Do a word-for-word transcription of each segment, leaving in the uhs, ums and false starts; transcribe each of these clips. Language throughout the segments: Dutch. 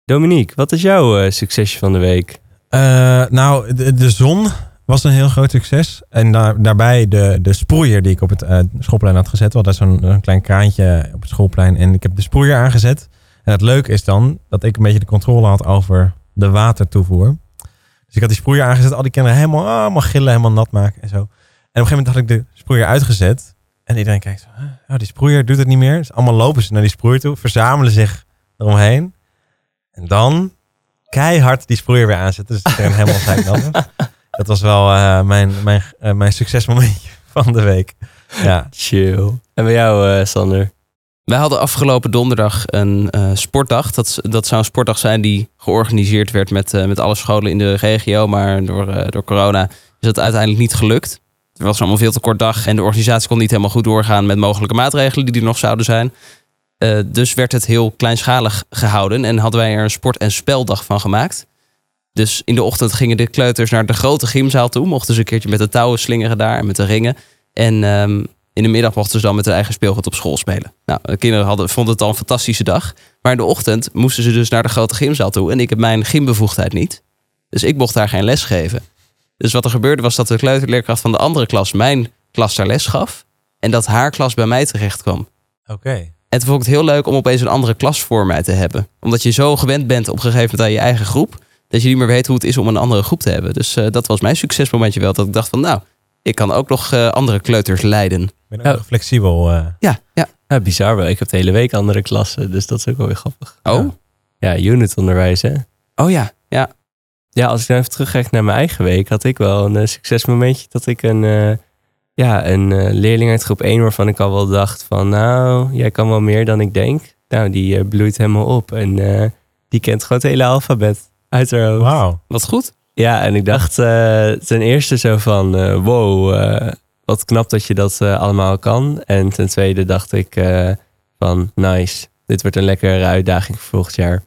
Dominique, wat is jouw uh, succesje van de week? Uh, nou, de, de zon was een heel groot succes. En daar, daarbij de, de sproeier die ik op het uh, schoolplein had gezet. Want dat is zo'n een klein kraantje op het schoolplein. En ik heb de sproeier aangezet. En het leuke is dan dat ik een beetje de controle had over de watertoevoer. Dus ik had die sproeier aangezet. Al die kinderen helemaal, oh, helemaal gillen, helemaal nat maken en zo. En op een gegeven moment had ik de sproeier uitgezet. En iedereen kijkt, oh, die sproeier doet het niet meer. Dus allemaal lopen ze naar die sproeier toe. Verzamelen zich eromheen. En dan keihard die sproeier weer aanzetten. Dus iedereen helemaal zeiknat. Dat was wel uh, mijn, mijn, uh, mijn succesmomentje van de week. Ja. Chill. En bij jou, uh, Sander? Wij hadden afgelopen donderdag een uh, sportdag. Dat, dat zou een sportdag zijn die georganiseerd werd met, uh, met alle scholen in de regio. Maar door, uh, door corona is dat uiteindelijk niet gelukt. Het was allemaal veel te kort dag. En de organisatie kon niet helemaal goed doorgaan met mogelijke maatregelen die er nog zouden zijn. Uh, dus werd het heel kleinschalig gehouden. En hadden wij er een sport- en speldag van gemaakt. Dus in de ochtend gingen de kleuters naar de grote gymzaal toe. Mochten ze een keertje met de touwen slingeren daar en met de ringen. En um, in de middag mochten ze dan met hun eigen speelgoed op school spelen. Nou, de kinderen hadden, vonden het al een fantastische dag. Maar in de ochtend moesten ze dus naar de grote gymzaal toe. En ik heb mijn gymbevoegdheid niet. Dus ik mocht daar geen les geven. Dus wat er gebeurde was dat de kleuterleerkracht van de andere klas mijn klas daar les gaf. En dat haar klas bij mij terecht kwam. Oké. Okay. En toen vond ik het heel leuk om opeens een andere klas voor mij te hebben. Omdat je zo gewend bent op een gegeven moment aan je eigen groep. Dat je niet meer weet hoe het is om een andere groep te hebben. Dus uh, dat was mijn succesmomentje wel. Dat ik dacht van nou, ik kan ook nog uh, andere kleuters leiden. Ik ben ook oh. nog flexibel. Uh. Ja, ja. ja, bizar wel. Ik heb de hele week andere klassen. Dus dat is ook wel weer grappig. Oh? Ja, unitonderwijs hè. Oh ja, ja. Ja, als ik nou even terugkijk naar mijn eigen week, had ik wel een uh, succesmomentje dat ik een, uh, ja, een uh, leerling uit groep één waarvan ik al wel dacht van nou, jij kan wel meer dan ik denk. Nou, die uh, bloeit helemaal op en uh, die kent gewoon het hele alfabet uit haar hoofd. Wauw. Wat goed. Ja, en ik dacht uh, ten eerste zo van uh, wow, uh, wat knap dat je dat uh, allemaal kan. En ten tweede dacht ik uh, van nice, dit wordt een lekkere uitdaging voor volgend jaar.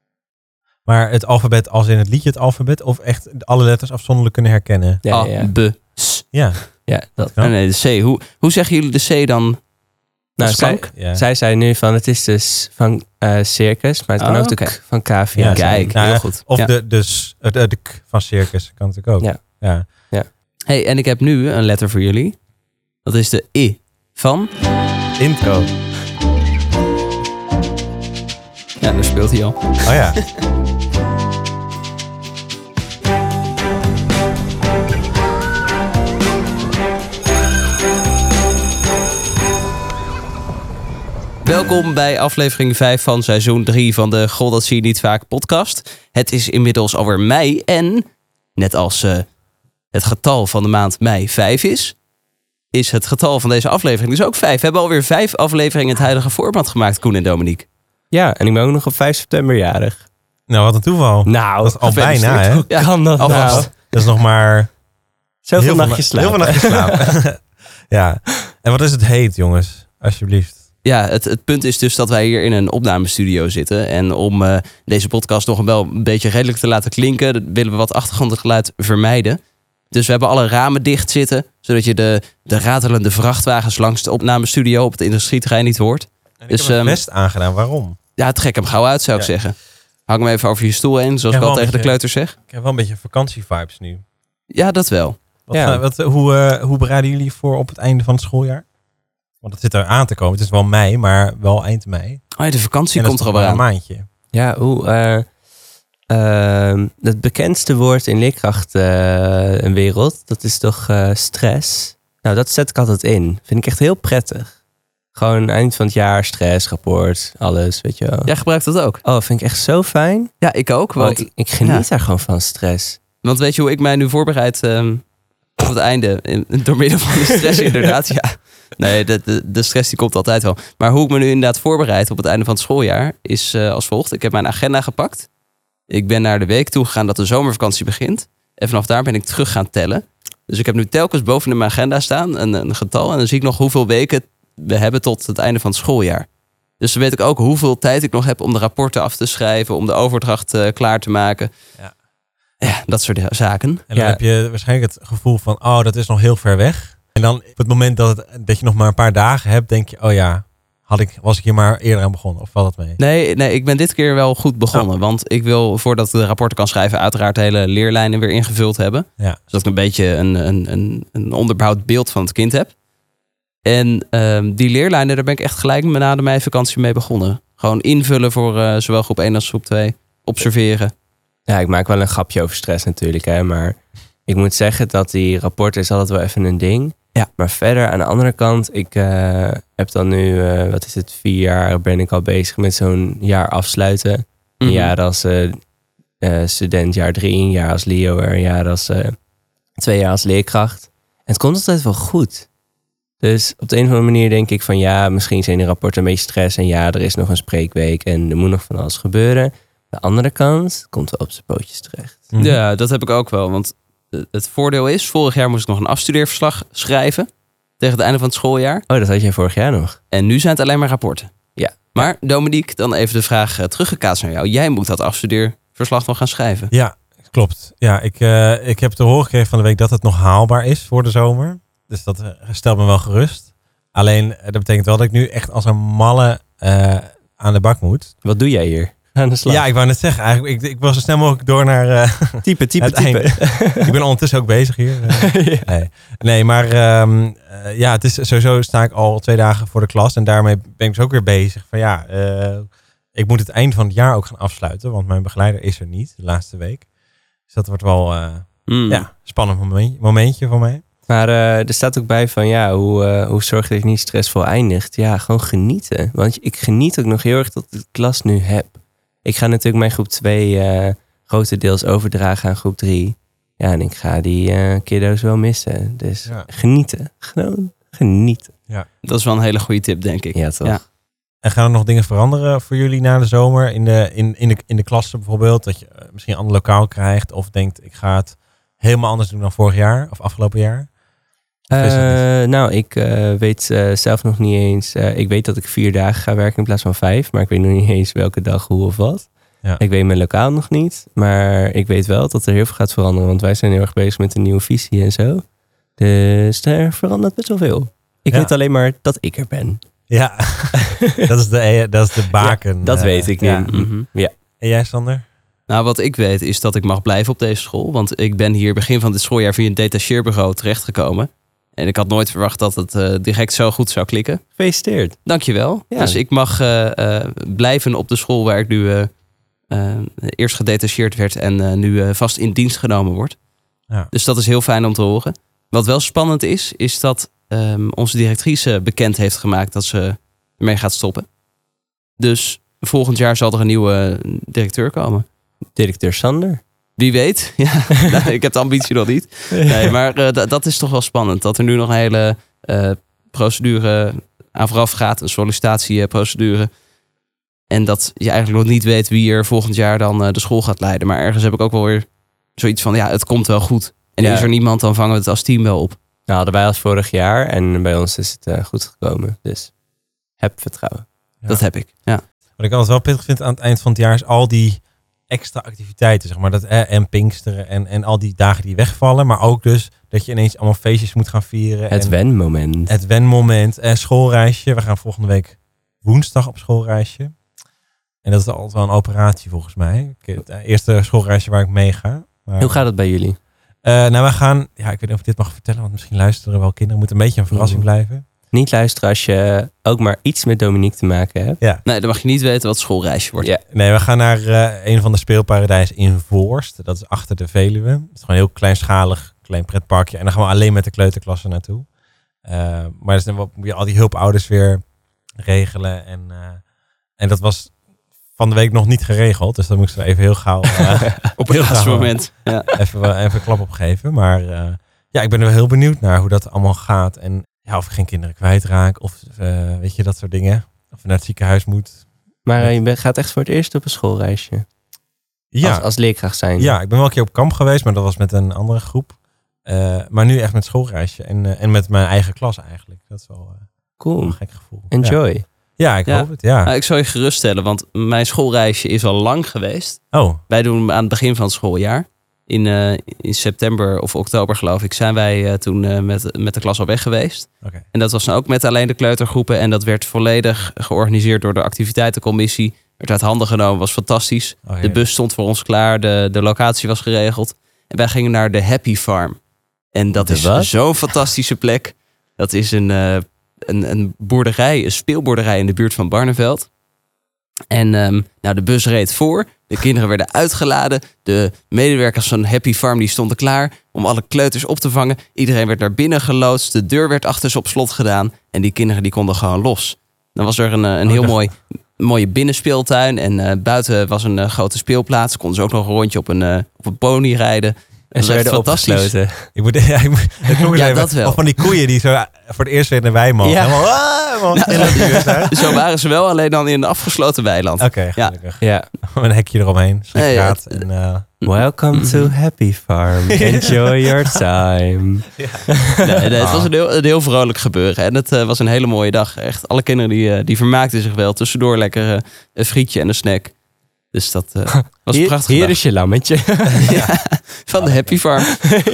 Maar het alfabet als in het liedje het alfabet of echt alle letters afzonderlijk kunnen herkennen? Ja, A, ja. B, S. Ja, ja dat. Oh, nee, de C. Hoe, hoe zeggen jullie de C dan? Nou, zij, ja. zij zei nu van het is dus van uh, circus, maar het kan oh, ook de okay. k van cavia. Ja, kijk, nou, heel goed. Of ja. de, de, de, de k van circus kan natuurlijk ook. Ja. Ja. Ja. Hey, en ik heb nu een letter voor jullie. Dat is de I van... Intro. Ja, daar speelt hij al. Oh ja. Welkom bij aflevering vijf van seizoen drie van de Goh, dat zie je niet vaak podcast. Het is inmiddels alweer mei en, net als uh, het getal van de maand mei vijf is, is het getal van deze aflevering dus ook vijf. We hebben alweer vijf afleveringen in het huidige format gemaakt, Koen en Dominique. Ja, en ik ben ook nog op vijf september jarig. Nou, wat een toeval. Nou, dat is al bijna, hè? Hoe ja, kan dat nou? Dat is nog maar... Zoveel nachtjes slapen. Heel veel nachtjes slapen. Ja. En wat is het heet, jongens? Alsjeblieft. Ja, het, het punt is dus dat wij hier in een opnamestudio zitten. En om uh, deze podcast nog wel een beetje redelijk te laten klinken, willen we wat achtergrondgeluid vermijden. Dus we hebben alle ramen dicht zitten, zodat je de, de ratelende vrachtwagens langs de opnamestudio op het industrieterrein niet hoort. En ik dus, heb een um, vest aangedaan. Waarom? Ja, trek hem gauw uit, zou ik ja. zeggen. Hang hem even over je stoel heen, zoals ik, ik al tegen beetje, de kleuters zeg. Ik heb wel een beetje vakantievibes nu. Ja, dat wel. Wat, ja. uh, wat, hoe, uh, hoe bereiden jullie voor op het einde van het schooljaar? Want het zit er aan te komen. Het is wel mei, maar wel eind mei. Oh ja, de vakantie en komt er al aan. een maandje. Ja, hoe... Uh, uh, het bekendste woord in leerkrachtenwereld, uh, dat is toch uh, stress. Nou, dat zet ik altijd in. Vind ik echt heel prettig. Gewoon eind van het jaar, stress, rapport, alles, weet je wel. Jij gebruikt dat ook? Oh, vind ik echt zo fijn. Ja, ik ook. Want oh, ik, ik geniet ja. daar gewoon van stress. Want weet je hoe ik mij nu voorbereid um, op het einde? In, door middel van de stress inderdaad, ja. Nee, de, de, de stress die komt altijd wel. Maar hoe ik me nu inderdaad voorbereid op het einde van het schooljaar is uh, als volgt. Ik heb mijn agenda gepakt. Ik ben naar de week toe gegaan dat de zomervakantie begint. En vanaf daar ben ik terug gaan tellen. Dus ik heb nu telkens boven in mijn agenda staan een, een getal. En dan zie ik nog hoeveel weken we hebben tot het einde van het schooljaar. Dus dan weet ik ook hoeveel tijd ik nog heb om de rapporten af te schrijven. Om de overdracht uh, klaar te maken. Ja. Ja, dat soort zaken. En dan ja. heb je waarschijnlijk het gevoel van, oh, dat is nog heel ver weg. En dan op het moment dat, het, dat je nog maar een paar dagen hebt, denk je, oh ja, had ik, was ik hier maar eerder aan begonnen? Of valt dat mee? Nee, nee, ik ben dit keer wel goed begonnen. Oh. Want ik wil, voordat ik de rapporten kan schrijven, uiteraard de hele leerlijnen weer ingevuld hebben. Ja. Zodat ik een beetje een, een, een, een onderbouwd beeld van het kind heb. En um, die leerlijnen, daar ben ik echt gelijk met na de meivakantie mee begonnen. Gewoon invullen voor uh, zowel groep één als groep twee. Observeren. Ja, ik maak wel een grapje over stress natuurlijk, hè. Maar ik moet zeggen dat die rapporten is altijd wel even een ding. Ja. Maar verder, aan de andere kant, ik uh, heb dan nu, uh, wat is het, vier jaar ben ik al bezig met zo'n jaar afsluiten. Een Mm-hmm. jaar als uh, uh, student, jaar drie, een jaar als Leo, een jaar als uh, twee jaar als leerkracht. En het komt altijd wel goed. Dus op de een of andere manier denk ik van ja, misschien zijn die rapporten een beetje stress. En ja, er is nog een spreekweek en er moet nog van alles gebeuren. De andere kant komt wel op zijn pootjes terecht. Mhm. Ja, dat heb ik ook wel. Want het voordeel is, vorig jaar moest ik nog een afstudeerverslag schrijven. Tegen het einde van het schooljaar. Oh, dat had jij vorig jaar nog. En nu zijn het alleen maar rapporten. Ja. Maar Dominique, dan even de vraag uh, teruggekaatst naar jou. Jij moet dat afstudeerverslag nog gaan schrijven. Ja, klopt. Ja, ik, uh, ik heb te horen gekregen van de week dat het nog haalbaar is voor de zomer. Dus dat uh, stelt me wel gerust. Alleen, uh, dat betekent wel dat ik nu echt als een malle uh, aan de bak moet. Wat doe jij hier? Aan de slag. Ja, ik wou net zeggen. Eigenlijk, ik, ik was zo snel mogelijk door naar uh, type, type, het type. eind. Ik ben ondertussen ook bezig hier. Uh, Ja. nee. nee, maar um, uh, ja, het is sowieso sta ik al twee dagen voor de klas. En daarmee ben ik dus ook weer bezig. Van ja, uh, ik moet het eind van het jaar ook gaan afsluiten. Want mijn begeleider is er niet de laatste week. Dus dat wordt wel uh, Mm. ja, spannend momentje, momentje voor mij. Maar uh, er staat ook bij van ja, hoe, uh, hoe zorg je dat je niet stressvol eindigt? Ja, gewoon genieten. Want ik geniet ook nog heel erg dat ik de klas nu heb. Ik ga natuurlijk mijn groep twee uh, grotendeels overdragen aan groep drie. Ja, en ik ga die uh, kiddo's wel missen. Dus Ja. genieten. Gewoon genieten. Dat is wel een hele goede tip, denk ik. Ja, toch? Ja. En gaan er nog dingen veranderen voor jullie na de zomer? In de, in, in de, in de klassen bijvoorbeeld? Dat je uh, misschien een ander lokaal krijgt? Of denkt, ik ga het helemaal anders doen dan vorig jaar of afgelopen jaar? Of is dat Uh, nou, ik uh, weet uh, zelf nog niet eens. Uh, ik weet dat ik vier dagen ga werken in plaats van vijf. Maar ik weet nog niet eens welke dag, hoe of wat. Ja. Ik weet mijn lokaal nog niet. Maar ik weet wel dat er heel veel gaat veranderen. Want wij zijn heel erg bezig met een nieuwe visie en zo. Dus er verandert best wel veel. Ik Ja. weet alleen maar dat ik er ben. Ja, dat, is de, dat is de baken. Ja, dat uh, weet ik nu. Ja. Mhm. Ja. En jij, Sander? Nou, wat ik weet is dat ik mag blijven op deze school. Want ik ben hier begin van dit schooljaar via een detacheerbureau terechtgekomen. En ik had nooit verwacht dat het uh, direct zo goed zou klikken. Gefeliciteerd. Dankjewel. Ja. Dus ik mag uh, uh, blijven op de school waar ik nu uh, uh, eerst gedetacheerd werd en uh, nu uh, vast in dienst genomen word. Ja. Dus dat is heel fijn om te horen. Wat wel spannend is, is dat um, onze directrice bekend heeft gemaakt dat ze ermee gaat stoppen. Dus volgend jaar zal er een nieuwe directeur komen. Directeur Sander. Wie weet. Ja, nou, ik heb de ambitie nog niet. Nee, maar uh, d- dat is toch wel spannend. Dat er nu nog een hele uh, procedure aan vooraf gaat. Een sollicitatieprocedure. En dat je eigenlijk nog niet weet wie er volgend jaar dan uh, de school gaat leiden. Maar ergens heb ik ook wel weer zoiets van, ja, het komt wel goed. En Ja. is er niemand, dan vangen we het als team wel op. Nou, hadden wij als vorig jaar. En bij ons is het uh, goed gekomen. Dus heb vertrouwen. Ja. Dat heb ik, ja. Wat ik altijd wel pittig vind aan het eind van het jaar is al die extra activiteiten, zeg maar. Dat, eh, en Pinksteren en, en al die dagen die wegvallen. Maar ook dus dat je ineens allemaal feestjes moet gaan vieren. Het en wenmoment. Het wenmoment. En schoolreisje. We gaan volgende week woensdag op schoolreisje. En dat is altijd wel een operatie volgens mij. Ik- Het eerste schoolreisje waar ik mee ga. Maar, Hoe gaat het bij jullie? Uh, nou, we gaan... Ja, ik weet niet of ik dit mag vertellen, want misschien luisteren er wel kinderen. Het moet een beetje een verrassing Oeh. blijven. Niet luisteren als je ook maar iets met Dominique te maken hebt. Ja. Nee, dan mag je niet weten wat het schoolreisje wordt. Ja. Nee, we gaan naar uh, een van de speelparadijs in Voorst. Dat is achter de Veluwe. Het is gewoon een heel kleinschalig, klein pretparkje. En dan gaan we alleen met de kleuterklassen naartoe. Uh, maar dus dan moet je al die hulpouders weer regelen. En, uh, en dat was van de week nog niet geregeld. Dus dan moesten we even heel gauw... Uh, Op het heel laatste gauw moment. Ja. even, wel- even een klap opgeven. Maar uh, ja, ik ben er wel heel benieuwd naar hoe dat allemaal gaat. En ja, of ik geen kinderen kwijtraak. Of uh, weet je, dat soort dingen. Of je naar het ziekenhuis moet. Maar uh, je bent- gaat echt voor het eerst op een schoolreisje. Ja, Als, als leerkracht zijn. ja, ik ben wel een keer op kamp geweest. Maar dat was met een andere groep. Uh, maar nu echt met schoolreisje. En, uh, en met mijn eigen klas eigenlijk. Dat is wel uh, Cool. een gek gevoel. Enjoy. Ja, ja ik Ja. hoop het. Ja. Nou, ik zal je geruststellen, want mijn schoolreisje is al lang geweest. Oh, Wij doen hem aan het begin van het schooljaar. In, uh, in september of oktober geloof ik zijn wij uh, toen uh, met, met de klas al weg geweest. Okay. En dat was dan ook met alleen de kleutergroepen. En dat werd volledig georganiseerd door de activiteitencommissie. Werd uit handen genomen, was fantastisch. Oh, de bus stond voor ons klaar, de, de locatie was geregeld. En wij gingen naar de Happy Farm. En dat De is wat? zo'n fantastische plek. Dat is een, uh, een, een boerderij, een speelboerderij in de buurt van Barneveld. En um, nou, de bus reed voor. De kinderen werden uitgeladen. De medewerkers van Happy Farm die stonden klaar om alle kleuters op te vangen. Iedereen werd naar binnen geloodst. De deur werd achter ze op slot gedaan. En die kinderen die konden gewoon los. Dan was er een, een heel Oh, mooi, mooie binnenspeeltuin. En uh, buiten was een uh, grote speelplaats. Konden ze ook nog een rondje op een, uh, op een pony rijden. En ze werden opgesloten. Ik moet, ja, ik moet, het klonk Ja, even, dat wel. Of van die koeien die zo voor het eerst weer naar wij mogen. Ja. Helemaal, ah, helemaal Ja. heel enthousiast uit. Zo waren ze wel, alleen dan in een afgesloten weiland. Oké, okay, Ja. gelukkig. Ja. Met een hekje eromheen. Slikkraad. Nee, en, uh, Welcome to Happy Farm. Enjoy your time. Nee, nee, het was een heel, een heel vrolijk gebeuren. En het uh, was een hele mooie dag. Echt, alle kinderen die, uh, die vermaakten zich wel. Tussendoor lekker uh, een frietje en een snack. Dus dat uh, was een Hier, prachtige hier dag. is je lammetje. Ja, van de Happy Farm.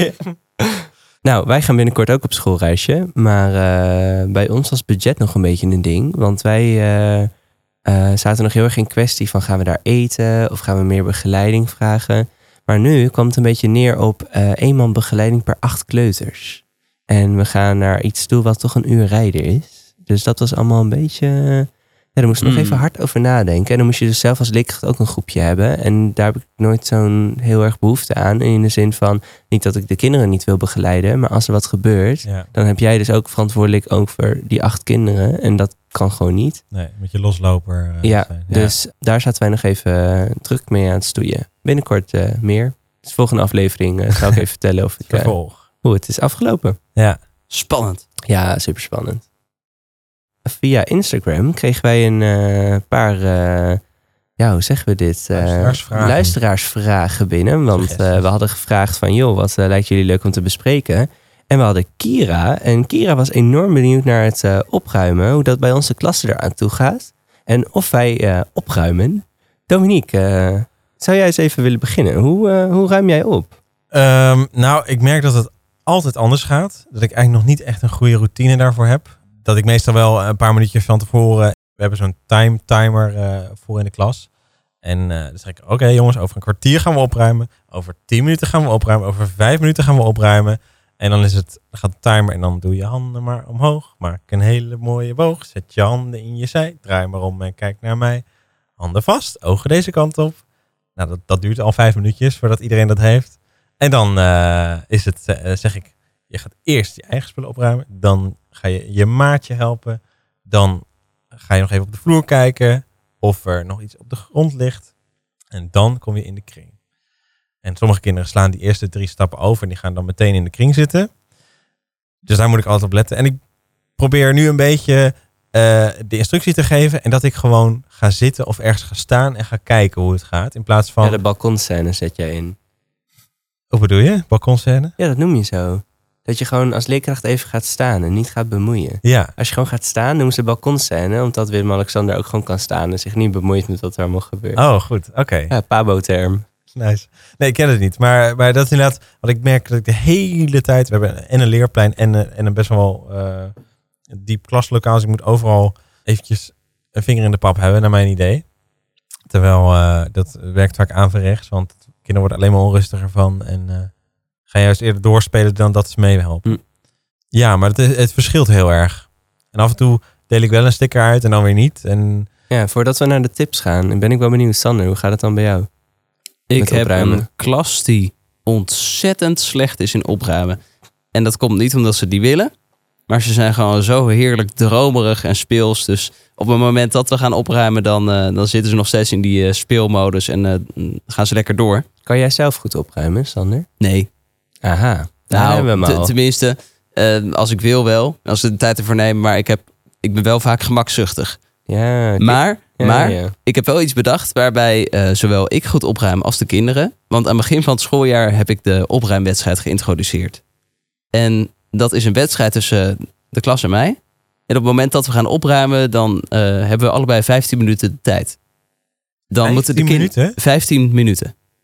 Nou, wij gaan binnenkort ook op schoolreisje. Maar uh, bij ons was budget nog een beetje een ding. Want wij uh, uh, zaten nog heel erg in kwestie van gaan we daar eten? Of gaan we meer begeleiding vragen? Maar nu kwam het een beetje neer op uh, één man begeleiding per acht kleuters. En we gaan naar iets toe wat toch een uur rijden is. Dus dat was allemaal een beetje... Uh, ja, daar moest ik Mm. nog even hard over nadenken. En dan moest je dus zelf als leerkracht ook een groepje hebben. En daar heb ik nooit zo'n heel erg behoefte aan. In de zin van, niet dat ik de kinderen niet wil begeleiden. Maar als er wat gebeurt, ja. dan heb jij dus ook verantwoordelijk over die acht kinderen. En dat kan gewoon niet. Nee, met je losloper. Uh, Ja, zijn. dus daar zaten wij nog even uh, druk mee aan het stoeien. Binnenkort uh, meer. Dus volgende aflevering uh, zal ik even vertellen of ik, uh, Vervolg. hoe het is afgelopen. Ja. Spannend. Ja, super spannend. Via Instagram kregen wij een uh, paar, uh, ja, hoe zeggen we dit? Uh, Luisteraarsvragen. luisteraarsvragen binnen. Want uh, we hadden gevraagd van, joh, wat uh, lijkt jullie leuk om te bespreken? En we hadden Kira. En Kira was enorm benieuwd naar het uh, opruimen. Hoe dat bij onze klasse eraan toe gaat. En of wij uh, opruimen. Dominique, uh, zou jij eens even willen beginnen? Hoe, uh, hoe ruim jij op? Um, nou, ik merk dat het altijd anders gaat. Dat ik eigenlijk nog niet echt een goede routine daarvoor heb. Dat ik meestal wel een paar minuutjes van tevoren... We hebben zo'n time timer uh, voor in de klas. En uh, dan zeg ik, oké okay, jongens, over een kwartier gaan we opruimen. Over tien minuten gaan we opruimen. Over vijf minuten gaan we opruimen. En dan is het, dan gaat de timer en dan doe je handen maar omhoog. Maak een hele mooie boog. Zet je handen in je zij. Draai maar om en kijk naar mij. Handen vast, ogen deze kant op. Nou, dat, dat duurt al vijf minuutjes voordat iedereen dat heeft. En dan uh, is het, uh, zeg ik, je gaat eerst je eigen spullen opruimen. Dan ga je je maatje helpen. Dan ga je nog even op de vloer kijken of er nog iets op de grond ligt. En dan kom je in de kring. En sommige kinderen slaan die eerste drie stappen over en die gaan dan meteen in de kring zitten. Dus daar moet ik altijd op letten. En ik probeer nu een beetje uh, de instructie te geven en dat ik gewoon ga zitten of ergens ga staan en ga kijken hoe het gaat. In plaats van... Ja, de balkonscène zet jij in. Hoe bedoel je? Balkonscène? Ja, dat noem je zo. Dat je gewoon als leerkracht even gaat staan en niet gaat bemoeien. Ja. Als je gewoon gaat staan, noemen ze balkonscène. Omdat Willem-Alexander ook gewoon kan staan en zich niet bemoeit met wat er allemaal gebeurt. Oh, goed. Oké. Okay. Ja, Pabo-term. Nice. Nee, ik ken het niet. Maar, maar dat is inderdaad wat ik merk dat ik de hele tijd... We hebben en een leerplein en een, en een best wel uh, diep klaslokaal. Dus ik moet overal eventjes een vinger in de pap hebben, naar mijn idee. Terwijl uh, dat werkt vaak averechts. Want kinderen worden alleen maar onrustiger van. En uh, gaan juist eerder doorspelen dan dat ze meehelpen. Mm. Ja, maar het, het verschilt heel erg. En af en toe deel ik wel een sticker uit en dan weer niet. En... Ja, voordat we naar de tips gaan, ben ik wel benieuwd. Sander, hoe gaat het dan bij jou? Ik heb een klas die ontzettend slecht is in opruimen. En dat komt niet omdat ze die willen. Maar ze zijn gewoon zo heerlijk dromerig en speels. Dus op het moment dat we gaan opruimen, dan, uh, dan zitten ze nog steeds in die uh, speelmodus. En uh, gaan ze lekker door. Kan jij zelf goed opruimen, Sander? Nee. Aha, daar nou, hebben we hem al. T- tenminste, uh, als ik wil wel. Als ik de tijd ervoor neem. Maar ik, heb, ik ben wel vaak gemakzuchtig. Ja, okay. Maar, ja, maar ja. ik heb wel iets bedacht waarbij uh, zowel ik goed opruim als de kinderen. Want aan het begin van het schooljaar heb ik de opruimwedstrijd geïntroduceerd. En dat is een wedstrijd tussen de klas en mij. En op het moment dat we gaan opruimen, dan uh, hebben we allebei vijftien minuten de tijd. Dan moeten de kinderen... minuten? vijftien minuten.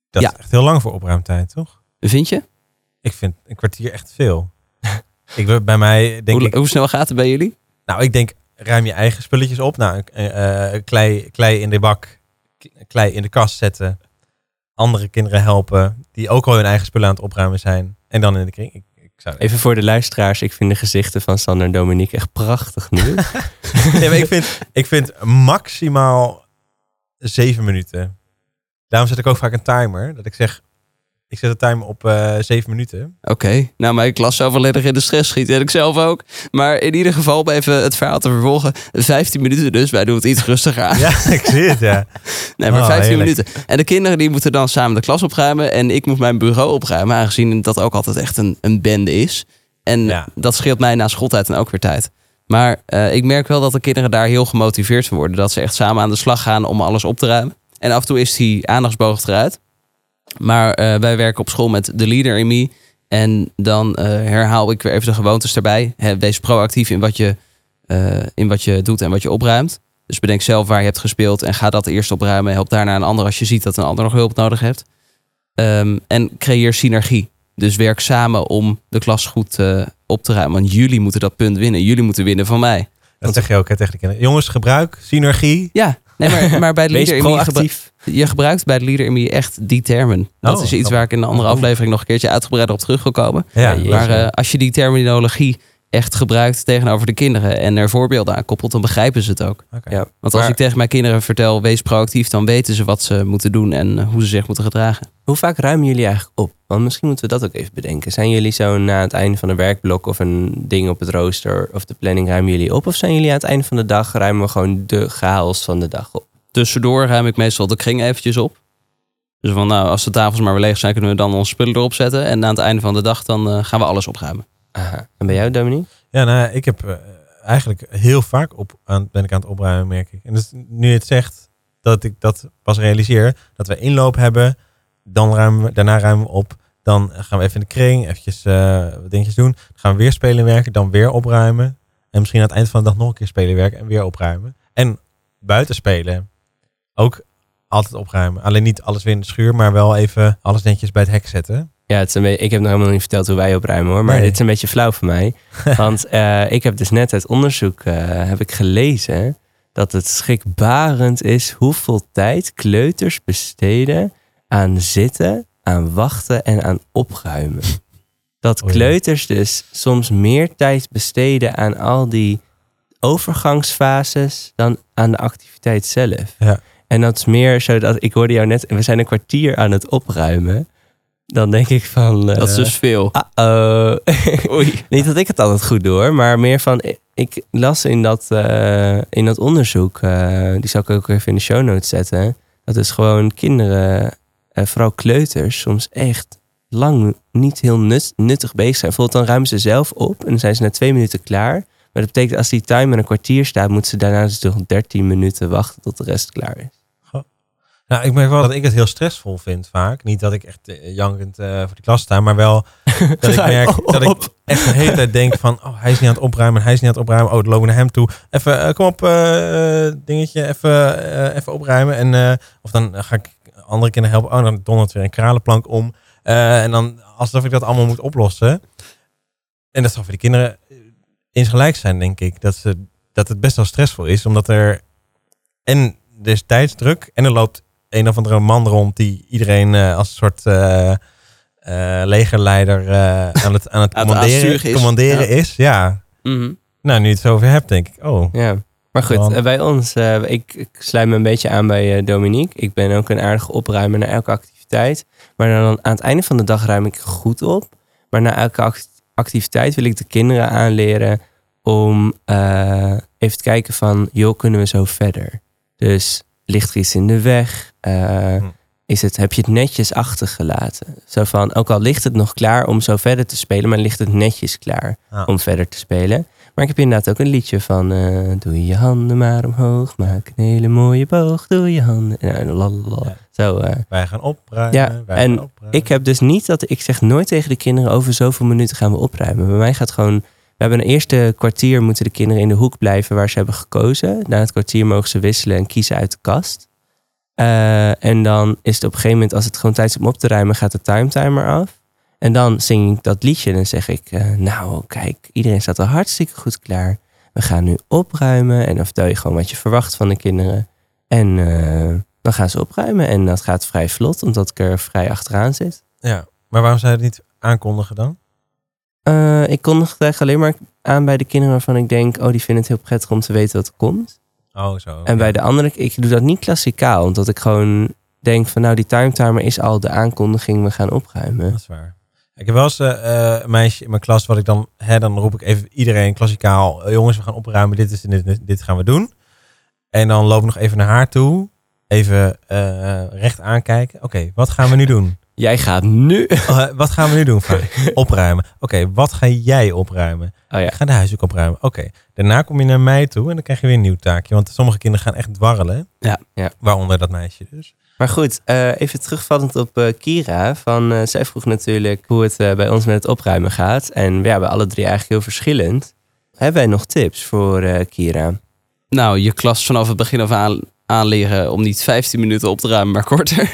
Dat Ja. is echt heel lang voor opruimtijd, toch? Vind je? Ik vind een kwartier echt veel. ik wil bij mij denk Hoe, ik... hoe snel gaat het bij jullie? Nou, ik denk, ruim je eigen spulletjes op. Nou, uh, uh, klei, klei in de bak, klei in de kast zetten. Andere kinderen helpen die ook al hun eigen spullen aan het opruimen zijn. En dan in de kring. Ik, ik zou... Even voor de luisteraars, ik vind de gezichten van Sander en Dominique echt prachtig nu. nee, maar ik vind, ik vind maximaal zeven minuten. Daarom zet ik ook vaak een timer. Dat ik zeg, ik zet de timer op uh, zeven minuten. Oké, okay. Nou mijn klas zou volledig in de stress schieten. En ik zelf ook. Maar in ieder geval, om even het verhaal te vervolgen. vijftien minuten dus, wij doen het iets rustiger aan. Ja, ik zie het, ja. Nee, maar oh, vijftien heerlijk. minuten. En de kinderen die moeten dan samen de klas opruimen. En ik moet mijn bureau opruimen. Aangezien dat ook altijd echt een, een bende is. En Ja. dat scheelt mij na schooltijd en ook weer tijd. Maar uh, ik merk wel dat de kinderen daar heel gemotiveerd van worden. Dat ze echt samen aan de slag gaan om alles op te ruimen. En af en toe is die aandachtsboog eruit. Maar uh, wij werken op school met de Leader in Me. En dan uh, herhaal ik weer even de gewoontes erbij. He, wees proactief in wat, je, uh, in wat je doet en wat je opruimt. Dus bedenk zelf waar je hebt gespeeld. En ga dat eerst opruimen. Help daarna een ander als je ziet dat een ander nog hulp nodig heeft. Um, en creëer synergie. Dus werk samen om de klas goed uh, op te ruimen. Want jullie moeten dat punt winnen. Jullie moeten winnen van mij. Dat zeg je ook hè, tegen de kinderen. Jongens, gebruik synergie. Ja, nee, maar, maar bij de Leader in Me gebru- proactief. je gebruikt bij de Leader in Me echt die termen. Dat Oh, is iets oh, waar ik in een andere oh. aflevering nog een keertje uitgebreider op terug wil komen. Ja, Ja, Maar uh, als je die terminologie echt gebruikt tegenover de kinderen en er voorbeelden aan koppelt, dan begrijpen ze het ook. okay. Ja. Want als Maar ik tegen mijn kinderen vertel, wees proactief, dan weten ze wat ze moeten doen en uh, hoe ze zich moeten gedragen. Hoe vaak ruimen jullie eigenlijk op? Want misschien moeten we dat ook even bedenken. Zijn jullie zo na het einde van een werkblok of een ding op het rooster of de planning ruimen jullie op? Of zijn jullie aan het einde van de dag ruimen we gewoon de chaos van de dag op? Tussendoor ruim ik meestal de kring eventjes op. Dus van nou, als de tafels maar weer leeg zijn, kunnen we dan onze spullen erop zetten. En aan het einde van de dag dan uh, gaan we alles opruimen. Aha. En bij jou, Dominique? Ja, nou, ik heb uh, eigenlijk heel vaak op, aan, ben ik aan het opruimen, merk ik. En dus nu je het zegt, dat ik dat pas realiseer, dat we inloop hebben, dan ruimen we, daarna ruimen we op. Dan gaan we even in de kring, eventjes uh, wat dingetjes doen. Dan gaan we weer spelen werken, dan weer opruimen. En misschien aan het eind van de dag nog een keer spelen werken en weer opruimen. En buiten spelen ook altijd opruimen. Alleen niet alles weer in de schuur, maar wel even alles netjes bij het hek zetten. Ja, het is een beetje, ik heb nog helemaal niet verteld hoe wij opruimen hoor. Maar Nee. dit is een beetje flauw voor mij. Want uh, ik heb dus net uit onderzoek uh, heb ik gelezen dat het schrikbarend is hoeveel tijd kleuters besteden aan zitten, aan wachten en aan opruimen. Dat Oh ja. kleuters dus soms meer tijd besteden aan al die overgangsfases dan aan de activiteit zelf. Ja. En dat is meer zo dat, ik hoorde jou net, we zijn een kwartier aan het opruimen. Dan denk ik van... Uh, Dat is dus veel. Uh-oh. Oei. Niet dat ik het altijd goed doe hoor, maar meer van... Ik las in dat, uh, in dat onderzoek, uh, die zal ik ook even in de show notes zetten. Dat is gewoon kinderen, uh, vooral kleuters, soms echt lang niet heel nut, nuttig bezig zijn. Bijvoorbeeld dan ruimen ze zelf op en dan zijn ze na twee minuten klaar. Maar dat betekent als die timer een kwartier staat, moeten ze daarna dus nog dertien minuten wachten tot de rest klaar is. Nou, ik merk wel dat ik het heel stressvol vind vaak. Niet dat ik echt uh, jankend uh, voor de klas sta, maar wel dat ik merk dat ik echt de hele tijd denk van, oh, hij is niet aan het opruimen, hij is niet aan het opruimen. Oh, dan lopen we naar hem toe. Even, uh, kom op, uh, dingetje, even, uh, even opruimen. En, uh, of dan ga ik andere kinderen helpen. Oh, dan dondert weer een kralenplank om. Uh, en dan alsof ik dat allemaal moet oplossen. En dat zal voor de kinderen insgelijks zijn, denk ik. Dat, ze, dat het best wel stressvol is, omdat er en er is tijdsdruk en er loopt een of andere man rond die iedereen uh, als een soort uh, uh, legerleider uh, aan het, aan het commanderen, is. commanderen Ja. is. Ja. Mm-hmm. Nou, nu je het zo over hebt, denk ik, oh. Ja, maar goed, Dan... uh, bij ons, uh, ik, ik sluit me een beetje aan bij uh, Dominique. Ik ben ook een aardige opruimer naar elke activiteit. Maar dan aan het einde van de dag ruim ik goed op. Maar na elke act- activiteit wil ik de kinderen aanleren om uh, even te kijken van, joh, kunnen we zo verder? Dus ligt er iets in de weg? Uh, hm. Is het, heb je het netjes achtergelaten? Zo van, ook al ligt het nog klaar om zo verder te spelen, maar ligt het netjes klaar ah. om verder te spelen. Maar ik heb inderdaad ook een liedje van, uh, doe je handen maar omhoog, maak een hele mooie boog, doe je handen. Nou, lalalala. Ja. Zo, uh, Wij gaan opruimen. Ja, wij en gaan opruimen. ik heb dus niet dat, ik zeg nooit tegen de kinderen over zoveel minuten gaan we opruimen. Bij mij gaat gewoon, we hebben een eerste kwartier moeten de kinderen in de hoek blijven waar ze hebben gekozen. Na het kwartier mogen ze wisselen en kiezen uit de kast. Uh, en dan is het op een gegeven moment, als het gewoon tijd is om op te ruimen, gaat de timetimer af. En dan zing ik dat liedje en dan zeg ik, uh, nou kijk, iedereen staat al hartstikke goed klaar. We gaan nu opruimen en dan vertel je gewoon wat je verwacht van de kinderen. En uh, dan gaan ze opruimen en dat gaat vrij vlot, omdat ik er vrij achteraan zit. Ja, maar waarom zou je het niet aankondigen dan? Uh, ik kondig het eigenlijk alleen maar aan bij de kinderen waarvan ik denk, oh, die vinden het heel prettig om te weten wat er komt. Oh, zo. Okay. En bij de andere, ik doe dat niet klassikaal, omdat ik gewoon denk van, nou, die timetimer is al de aankondiging, we gaan opruimen. Dat is waar. Ik heb wel eens uh, een meisje in mijn klas, wat ik dan, hè, dan roep ik even iedereen klassikaal, jongens, we gaan opruimen, dit is dit, dit, dit gaan we doen. En dan loop ik nog even naar haar toe, even uh, recht aankijken. Oké, okay, wat gaan we nu doen? Jij gaat nu... Uh, wat gaan we nu doen? Opruimen. Oké, okay, wat ga jij opruimen? Oh ja. Ik ga de huishoek opruimen. Oké, okay. Daarna kom je naar mij toe en dan krijg je weer een nieuw taakje. Want sommige kinderen gaan echt dwarrelen. Ja. ja. Waaronder dat meisje dus. Maar goed, uh, even terugvallend op uh, Kira. Van, uh, zij vroeg natuurlijk hoe het uh, bij ons met het opruimen gaat. En ja, bij alle drie eigenlijk heel verschillend. Hebben wij nog tips voor uh, Kira? Nou, je klas vanaf het begin af aan aanleren om niet vijftien minuten op te ruimen, maar korter.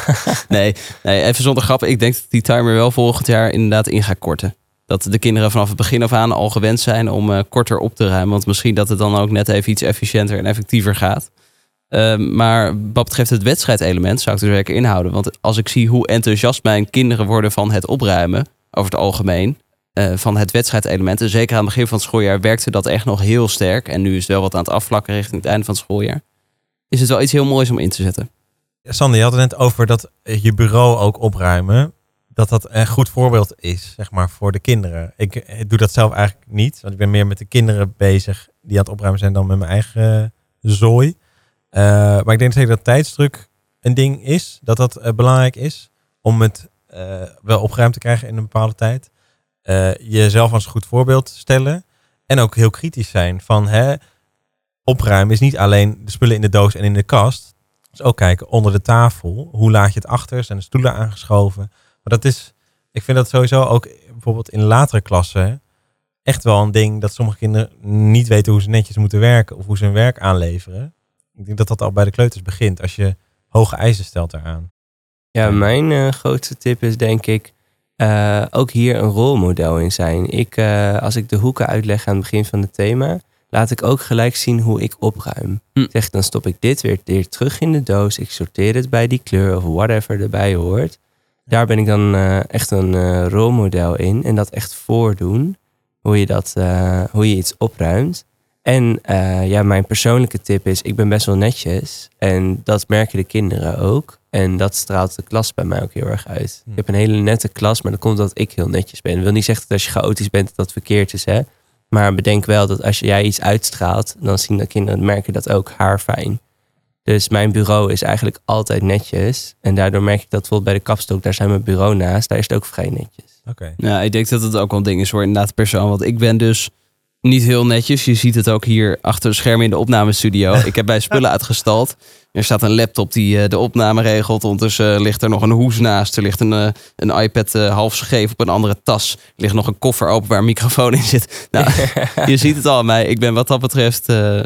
nee, nee, even zonder grappen. Ik denk dat die timer wel volgend jaar inderdaad in gaat korten. Dat de kinderen vanaf het begin af aan al gewend zijn om uh, korter op te ruimen. Want misschien dat het dan ook net even iets efficiënter en effectiever gaat. Uh, maar wat betreft het wedstrijdelement zou ik dus werken inhouden. Want als ik zie hoe enthousiast mijn kinderen worden van het opruimen, over het algemeen, uh, van het wedstrijdelement. En zeker aan het begin van het schooljaar werkte dat echt nog heel sterk. En nu is het wel wat aan het afvlakken richting het einde van het schooljaar. Is het wel iets heel moois om in te zetten. Sander, je had het net over dat je bureau ook opruimen. Dat dat een goed voorbeeld is, zeg maar, voor de kinderen. Ik, ik doe dat zelf eigenlijk niet. Want ik ben meer met de kinderen bezig die aan het opruimen zijn dan met mijn eigen uh, zooi. Uh, maar ik denk zeker dat tijdsdruk een ding is. Dat dat uh, belangrijk is. Om het uh, wel opgeruimd te krijgen in een bepaalde tijd. Uh, jezelf als een goed voorbeeld stellen. En ook heel kritisch zijn van... Hè, opruimen is niet alleen de spullen in de doos en in de kast. Dus ook kijken onder de tafel. Hoe laat je het achter? Zijn de stoelen aangeschoven? Maar dat is, ik vind dat sowieso ook bijvoorbeeld in latere klassen echt wel een ding dat sommige kinderen niet weten hoe ze netjes moeten werken of hoe ze hun werk aanleveren. Ik denk dat dat al bij de kleuters begint als je hoge eisen stelt daaraan. Ja, mijn uh, grootste tip is denk ik uh, ook hier een rolmodel in zijn. Ik, uh, als ik de hoeken uitleg aan het begin van het thema, laat ik ook gelijk zien hoe ik opruim. Hm. Zeg, dan stop ik dit weer, weer terug in de doos. Ik sorteer het bij die kleur of whatever erbij hoort. Daar ben ik dan uh, echt een uh, rolmodel in. En dat echt voordoen. Hoe je, dat, uh, hoe je iets opruimt. En uh, ja, mijn persoonlijke tip is, ik ben best wel netjes. En dat merken de kinderen ook. En dat straalt de klas bij mij ook heel erg uit. Hm. Ik heb een hele nette klas, maar dat komt omdat ik heel netjes ben. Ik wil niet zeggen dat als je chaotisch bent dat dat verkeerd is, hè. Maar bedenk wel dat als jij iets uitstraalt, dan zien de kinderen merken dat ook haar fijn. Dus mijn bureau is eigenlijk altijd netjes. En daardoor merk ik dat bijvoorbeeld bij de kapstok, daar zijn mijn bureau naast. Daar is het ook vrij netjes. Oké. Okay. Ja, ik denk dat het ook wel een ding is voor inderdaad persoon. Want ik ben dus niet heel netjes. Je ziet het ook hier achter de schermen in de opnamestudio. Ik heb bij spullen uitgestald. Er staat een laptop die uh, de opname regelt. Ondertussen uh, ligt er nog een hoes naast. Er ligt een, uh, een iPad uh, half scheef op een andere tas. Er ligt nog een koffer open waar een microfoon in zit. Nou, je ziet het al aan mij. Ik ben wat dat betreft uh,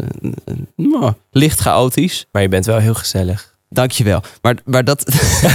uh, licht chaotisch. Maar je bent wel heel gezellig. Dankjewel. Maar, maar, dat,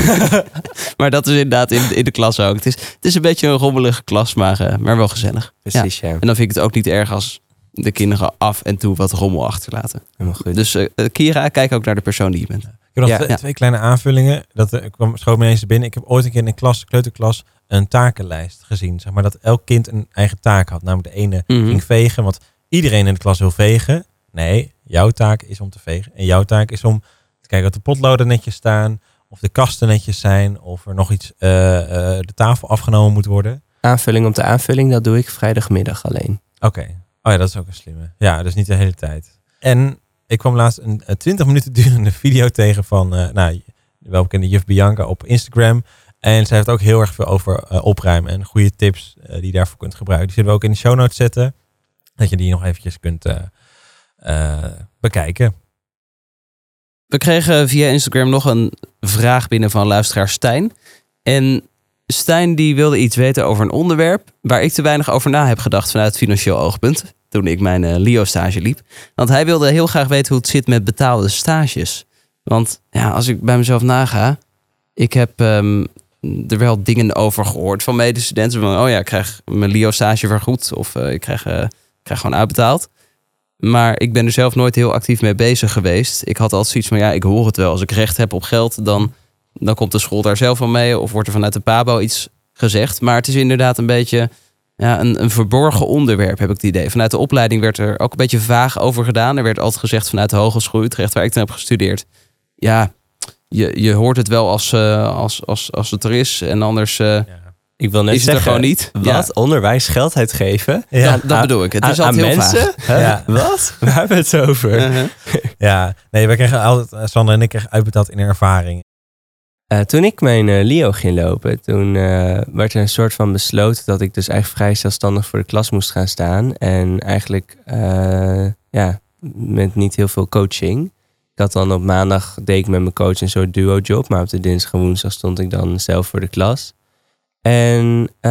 maar dat is inderdaad in, in de klas ook. Het is, het is een beetje een rommelige klas, maar, uh, maar wel gezellig. Precies, ja. ja. En dan vind ik het ook niet erg als de kinderen af en toe wat rommel achterlaten. Helemaal goed. Dus uh, Kira, kijk ook naar de persoon die je bent. Ik heb nog ja, twee, ja. twee kleine aanvullingen. Dat uh, kwam schoot me eens binnen. Ik heb ooit een keer in een klas, kleuterklas, een takenlijst gezien. Zeg maar dat elk kind een eigen taak had. Namelijk de ene mm-hmm. ging vegen, want iedereen in de klas wil vegen. Nee, jouw taak is om te vegen. En jouw taak is om te kijken of de potloden netjes staan, of de kasten netjes zijn, of er nog iets, uh, uh, de tafel afgenomen moet worden. Aanvulling op de aanvulling, dat doe ik vrijdagmiddag alleen. Oké. Okay. Oh ja, dat is ook een slimme. Ja, dus niet de hele tijd. En ik kwam laatst een twintig minuten durende video tegen van, uh, nou, de welbekende juf Bianca op Instagram. En zij heeft ook heel erg veel over uh, opruimen en goede tips uh, die je daarvoor kunt gebruiken. Die zullen we ook in de show notes zetten, dat je die nog eventjes kunt uh, uh, bekijken. We kregen via Instagram nog een vraag binnen van luisteraar Stijn. En Stijn die wilde iets weten over een onderwerp waar ik te weinig over na heb gedacht vanuit financieel oogpunt. Toen ik mijn uh, L I O-stage liep. Want hij wilde heel graag weten hoe het zit met betaalde stages. Want ja, als ik bij mezelf naga, ik heb um, er wel dingen over gehoord van medestudenten. Van, oh ja, ik krijg mijn L I O-stage vergoed of uh, ik, krijg, uh, ik krijg gewoon uitbetaald. Maar ik ben er zelf nooit heel actief mee bezig geweest. Ik had altijd zoiets van, ja, ik hoor het wel. Als ik recht heb op geld, dan, dan komt de school daar zelf wel mee. Of wordt er vanuit de P A B O iets gezegd. Maar het is inderdaad een beetje ja, een, een verborgen onderwerp, heb ik het idee. Vanuit de opleiding werd er ook een beetje vaag over gedaan. Er werd altijd gezegd vanuit de Hogeschool Utrecht, waar ik toen heb gestudeerd. Ja, je, je hoort het wel als, uh, als, als, als het er is. En anders uh, ja. ik wil net is het zeggen, er gewoon niet. Wat? Ja. Onderwijs geld uitgeven? Ja, ja dat bedoel ik. Het is aan, altijd aan heel mensen? vaag. Ja. Wat? Waar hebben we het over? Uh-huh. Ja, nee, wij kregen altijd, Sander en ik kregen uitbetaald in ervaring. Uh, toen ik mijn uh, L I O ging lopen, toen uh, werd er een soort van besloten dat ik dus eigenlijk vrij zelfstandig voor de klas moest gaan staan. En eigenlijk uh, ja, met niet heel veel coaching. Ik had dan op maandag, deed ik met mijn coach een soort duo-job, maar op de dinsdag en woensdag stond ik dan zelf voor de klas. En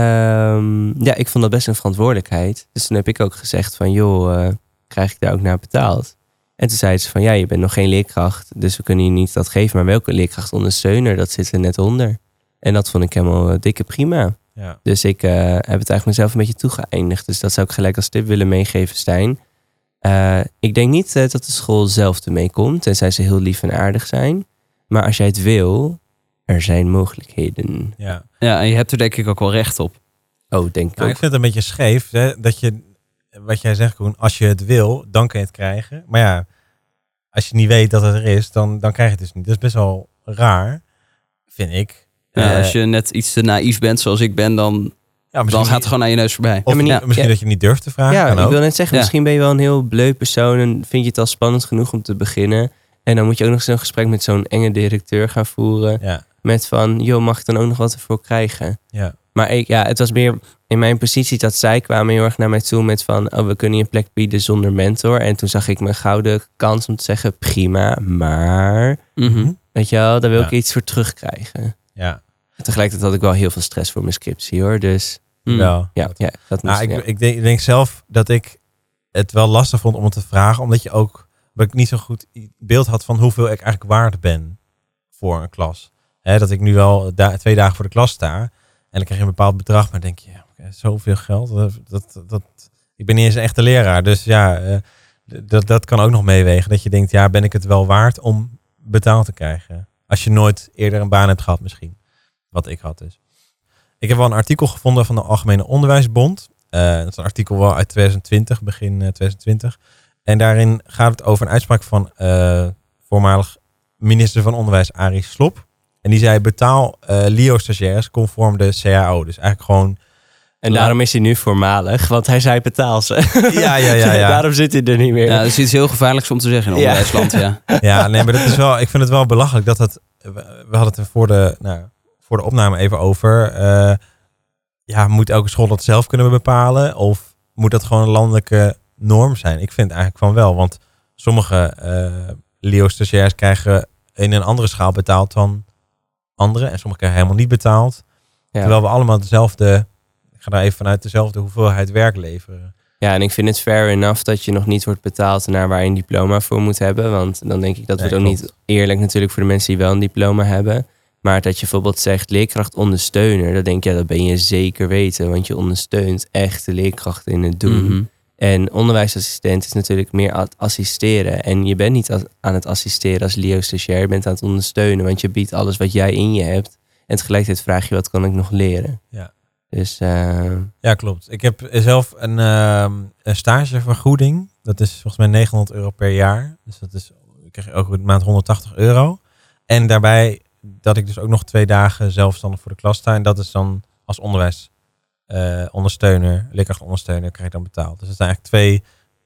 um, ja, ik vond dat best een verantwoordelijkheid. Dus toen heb ik ook gezegd van, joh, uh, krijg ik daar ook naar betaald? En toen zei ze van, ja, je bent nog geen leerkracht, dus we kunnen je niet dat geven. Maar welke leerkrachtondersteuner, dat zit er net onder. En dat vond ik helemaal uh, dikke prima. Ja. Dus ik uh, heb het eigenlijk mezelf een beetje toegeëindigd. Dus dat zou ik gelijk als tip willen meegeven, Stijn. Uh, ik denk niet uh, dat de school zelf ermee komt, tenzij ze heel lief en aardig zijn. Maar als jij het wil, er zijn mogelijkheden. Ja, ja en je hebt er denk ik ook wel recht op. Oh, denk ik nou, ook. Ik vind het een beetje scheef, hè, dat je, wat jij zegt, Koen, als je het wil, dan kun je het krijgen. Maar ja, als je niet weet dat het er is, dan, dan krijg je het dus niet. Dat is best wel raar, vind ik. Ja, uh, als je net iets te naïef bent zoals ik ben, dan, ja, dan gaat het gewoon aan je neus voorbij. Of ja, niet, ja, misschien ja. dat je niet durft te vragen. Ja, kan ik ook. wil net zeggen, Ja. misschien ben je wel een heel bleu persoon en vind je het al spannend genoeg om te beginnen. En dan moet je ook nog eens een gesprek met zo'n enge directeur gaan voeren. Ja. Met van, joh, mag ik dan ook nog wat ervoor krijgen? Ja. Maar ik, ja, het was meer in mijn positie dat zij kwamen heel erg naar mij toe met van, oh, we kunnen je een plek bieden zonder mentor. En toen zag ik mijn gouden kans om te zeggen, prima, maar, Mm-hmm. weet je wel, daar wil Ja. ik iets voor terugkrijgen. Ja. En tegelijkertijd had ik wel heel veel stress voor mijn scriptie, hoor. Dus Mm. Wel. ja, ja dat moest, Nou, ik, ja. ik, denk, ik denk zelf dat ik het wel lastig vond om het te vragen. Omdat je ook, dat ik niet zo goed beeld had van hoeveel ik eigenlijk waard ben voor een klas. Hè, dat ik nu wel da- twee dagen voor de klas sta. En dan krijg je een bepaald bedrag. Maar dan denk je, ja, okay, zoveel geld. Dat, dat, dat, ik ben niet eens een echte leraar. Dus ja, uh, dat, dat kan ook nog meewegen. Dat je denkt, ja, ben ik het wel waard om betaald te krijgen? Als je nooit eerder een baan hebt gehad misschien. Wat ik had dus. Ik heb wel een artikel gevonden van de Algemene Onderwijsbond. Uh, dat is een artikel wel uit twintig twintig, begin uh, twintig twintig. En daarin gaat het over een uitspraak van uh, voormalig minister van Onderwijs Arie Slob. En die zei, betaal uh, L I O-stagiaires conform de C A O. Dus eigenlijk gewoon... En daarom is hij nu voormalig, want hij zei betaal ze. Ja, ja, ja. ja. Daarom zit hij er niet meer. Ja, dat is iets heel gevaarlijks om te zeggen in Ja. onderwijsland. Ja. Ja, nee, maar dat is wel, ik vind het wel belachelijk dat het... We, we hadden het er voor de, nou, voor de opname even over. Uh, ja, moet elke school dat zelf kunnen bepalen? Of moet dat gewoon een landelijke norm zijn? Ik vind eigenlijk van wel, want sommige uh, L I O-stagiairs krijgen in een andere schaal betaald dan anderen. En sommigen krijgen helemaal niet betaald. Ja. Terwijl we allemaal dezelfde, ik ga daar even vanuit dezelfde hoeveelheid werk leveren. Ja, en ik vind het fair enough dat je nog niet wordt betaald naar waar je een diploma voor moet hebben. Want dan denk ik dat we Nee, het ook klopt. niet eerlijk natuurlijk voor de mensen die wel een diploma hebben. Maar dat je bijvoorbeeld zegt leerkrachtondersteuner, dan denk je, ja, dat ben je zeker weten. Want je ondersteunt echt de leerkrachten in het doen. Mm-hmm. En onderwijsassistent is natuurlijk meer aan het assisteren. En je bent niet aan het assisteren als L I O-stagiair. Je bent aan het ondersteunen, want je biedt alles wat jij in je hebt. En tegelijkertijd vraag je, wat kan ik nog leren? Ja. Dus, uh... ja, klopt. Ik heb zelf een, uh, een stagevergoeding. Dat is volgens mij negenhonderd euro per jaar. Dus dat is, ik krijg elke maand honderdtachtig euro. En daarbij dat ik dus ook nog twee dagen zelfstandig voor de klas sta. En dat is dan als onderwijs uh, ondersteuner, leerkrachtondersteuner, krijg ik dan betaald. Dus het zijn eigenlijk twee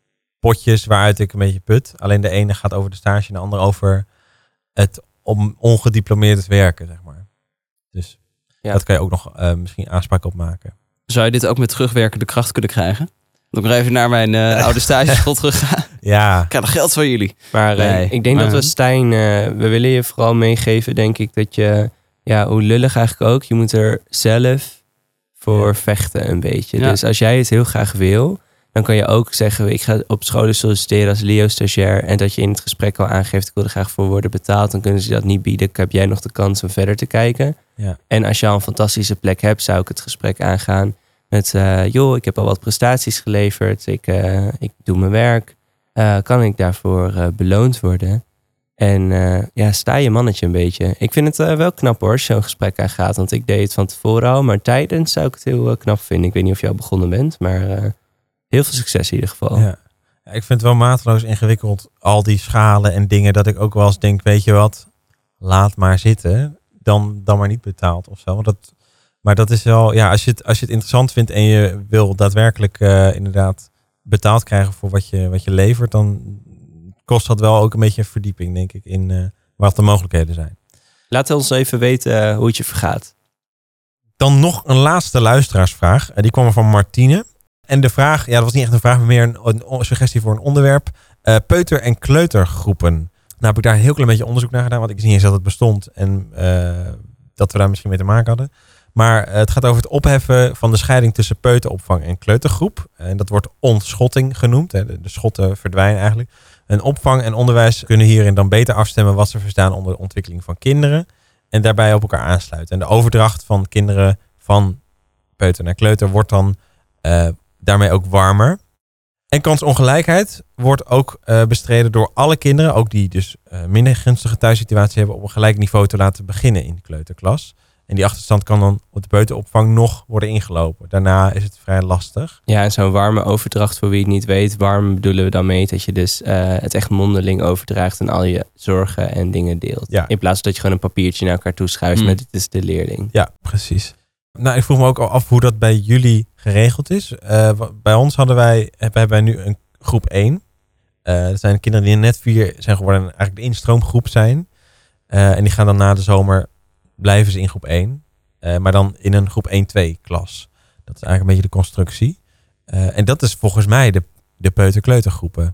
potjes waaruit ik een beetje put. Alleen de ene gaat over de stage en de andere over het om ongediplomeerd werken, zeg maar. Dus ja. Dat kan je ook nog uh, misschien aanspraak op maken. Zou je dit ook met terugwerkende kracht kunnen krijgen? Dat ik nog even naar mijn uh, oude stageschool terug ga. Ja. Ik krijg nog geld van jullie. Maar nee, uh, ik denk maar, dat we Stijn, uh, we willen je vooral meegeven, denk ik, dat je, ja, hoe lullig eigenlijk ook, je moet er zelf voor ja. vechten een beetje. Ja. Dus als jij het heel graag wil, Dan kan je ook zeggen, ik ga op scholen solliciteren als L I O-stagiair. En dat je in het gesprek al aangeeft, ik wil er graag voor worden betaald. Dan kunnen ze dat niet bieden. Heb jij nog de kans om verder te kijken. Ja. En als je al een fantastische plek hebt, zou ik het gesprek aangaan. Met, uh, joh, ik heb al wat prestaties geleverd. Ik, uh, ik doe mijn werk. Uh, kan ik daarvoor uh, beloond worden? En uh, ja, sta je mannetje een beetje. Ik vind het uh, wel knap hoor, als je zo'n gesprek aangaat. Want ik deed het van tevoren al. Maar tijdens zou ik het heel uh, knap vinden. Ik weet niet of je al begonnen bent. Maar uh, heel veel succes in ieder geval. Ja. Ja, ik vind het wel mateloos ingewikkeld. Al die schalen en dingen. Dat ik ook wel eens denk, weet je wat? Laat maar zitten. Dan, dan maar niet betaald of zo. Want dat, maar dat is wel... Ja, als je het, als je het interessant vindt en je wil daadwerkelijk uh, inderdaad betaald krijgen voor wat je, wat je levert, dan kost dat wel ook een beetje verdieping, denk ik, in uh, wat de mogelijkheden zijn. Laat ons even weten uh, hoe het je vergaat. Dan nog een laatste luisteraarsvraag. Uh, die kwam er van Martine. En de vraag, ja, dat was niet echt een vraag, maar meer een, een, een suggestie voor een onderwerp. Uh, peuter- en kleutergroepen. Nou heb ik daar een heel klein beetje onderzoek naar gedaan, want ik wist niet eens dat het bestond en uh, dat we daar misschien mee te maken hadden. Maar uh, het gaat over het opheffen van de scheiding tussen peuteropvang en kleutergroep. En dat wordt ontschotting genoemd. Hè. De, de schotten verdwijnen eigenlijk. En opvang en onderwijs kunnen hierin dan beter afstemmen wat ze verstaan onder de ontwikkeling van kinderen. En daarbij op elkaar aansluiten. En de overdracht van kinderen van peuter naar kleuter wordt dan uh, daarmee ook warmer. En kansongelijkheid wordt ook uh, bestreden door alle kinderen, ook die dus uh, minder gunstige thuissituatie hebben, op een gelijk niveau te laten beginnen in de kleuterklas. En die achterstand kan dan op de peuteropvang nog worden ingelopen. Daarna is het vrij lastig. Ja, en zo'n warme overdracht, voor wie het niet weet. Warm bedoelen we dan mee dat je dus uh, het echt mondeling overdraagt en al je zorgen en dingen deelt. Ja. In plaats van dat je gewoon een papiertje naar elkaar toeschuift mm. met dit is de leerling. Ja, precies. Nou, ik vroeg me ook al af hoe dat bij jullie geregeld is. Uh, bij ons hadden wij, hebben wij nu een groep één. Uh, dat zijn kinderen die net vier zijn geworden en eigenlijk de instroomgroep zijn. Uh, en die gaan dan na de zomer, blijven ze in groep één. Uh, maar dan in een groep één twee klas. Dat is eigenlijk een beetje de constructie. Uh, en dat is volgens mij de, de peuter-kleutergroepen.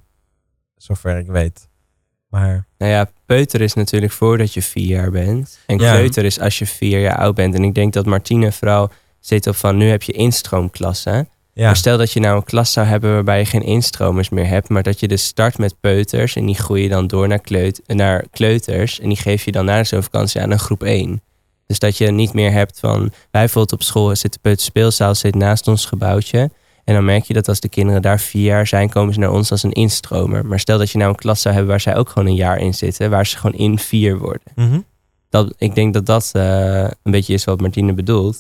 Zover ik weet. Maar... Nou ja, peuter is natuurlijk voordat je vier jaar bent. En ja. kleuter is als je vier jaar oud bent. En ik denk dat Martine vooral zit op van, nu heb je instroomklassen. Ja. Maar stel dat je nou een klas zou hebben waarbij je geen instromers meer hebt. Maar dat je dus start met peuters. En die groeien dan door naar, kleut- naar kleuters. En die geef je dan na zo'n vakantie aan een groep één. Dus dat je niet meer hebt van... Wij bijvoorbeeld op school zit de peuterspeelzaal zit naast ons gebouwtje. En dan merk je dat als de kinderen daar vier jaar zijn, komen ze naar ons als een instromer. Maar stel dat je nou een klas zou hebben waar zij ook gewoon een jaar in zitten. Waar ze gewoon in vier worden. Mm-hmm. Dat, ik denk dat dat uh, een beetje is wat Martine bedoelt.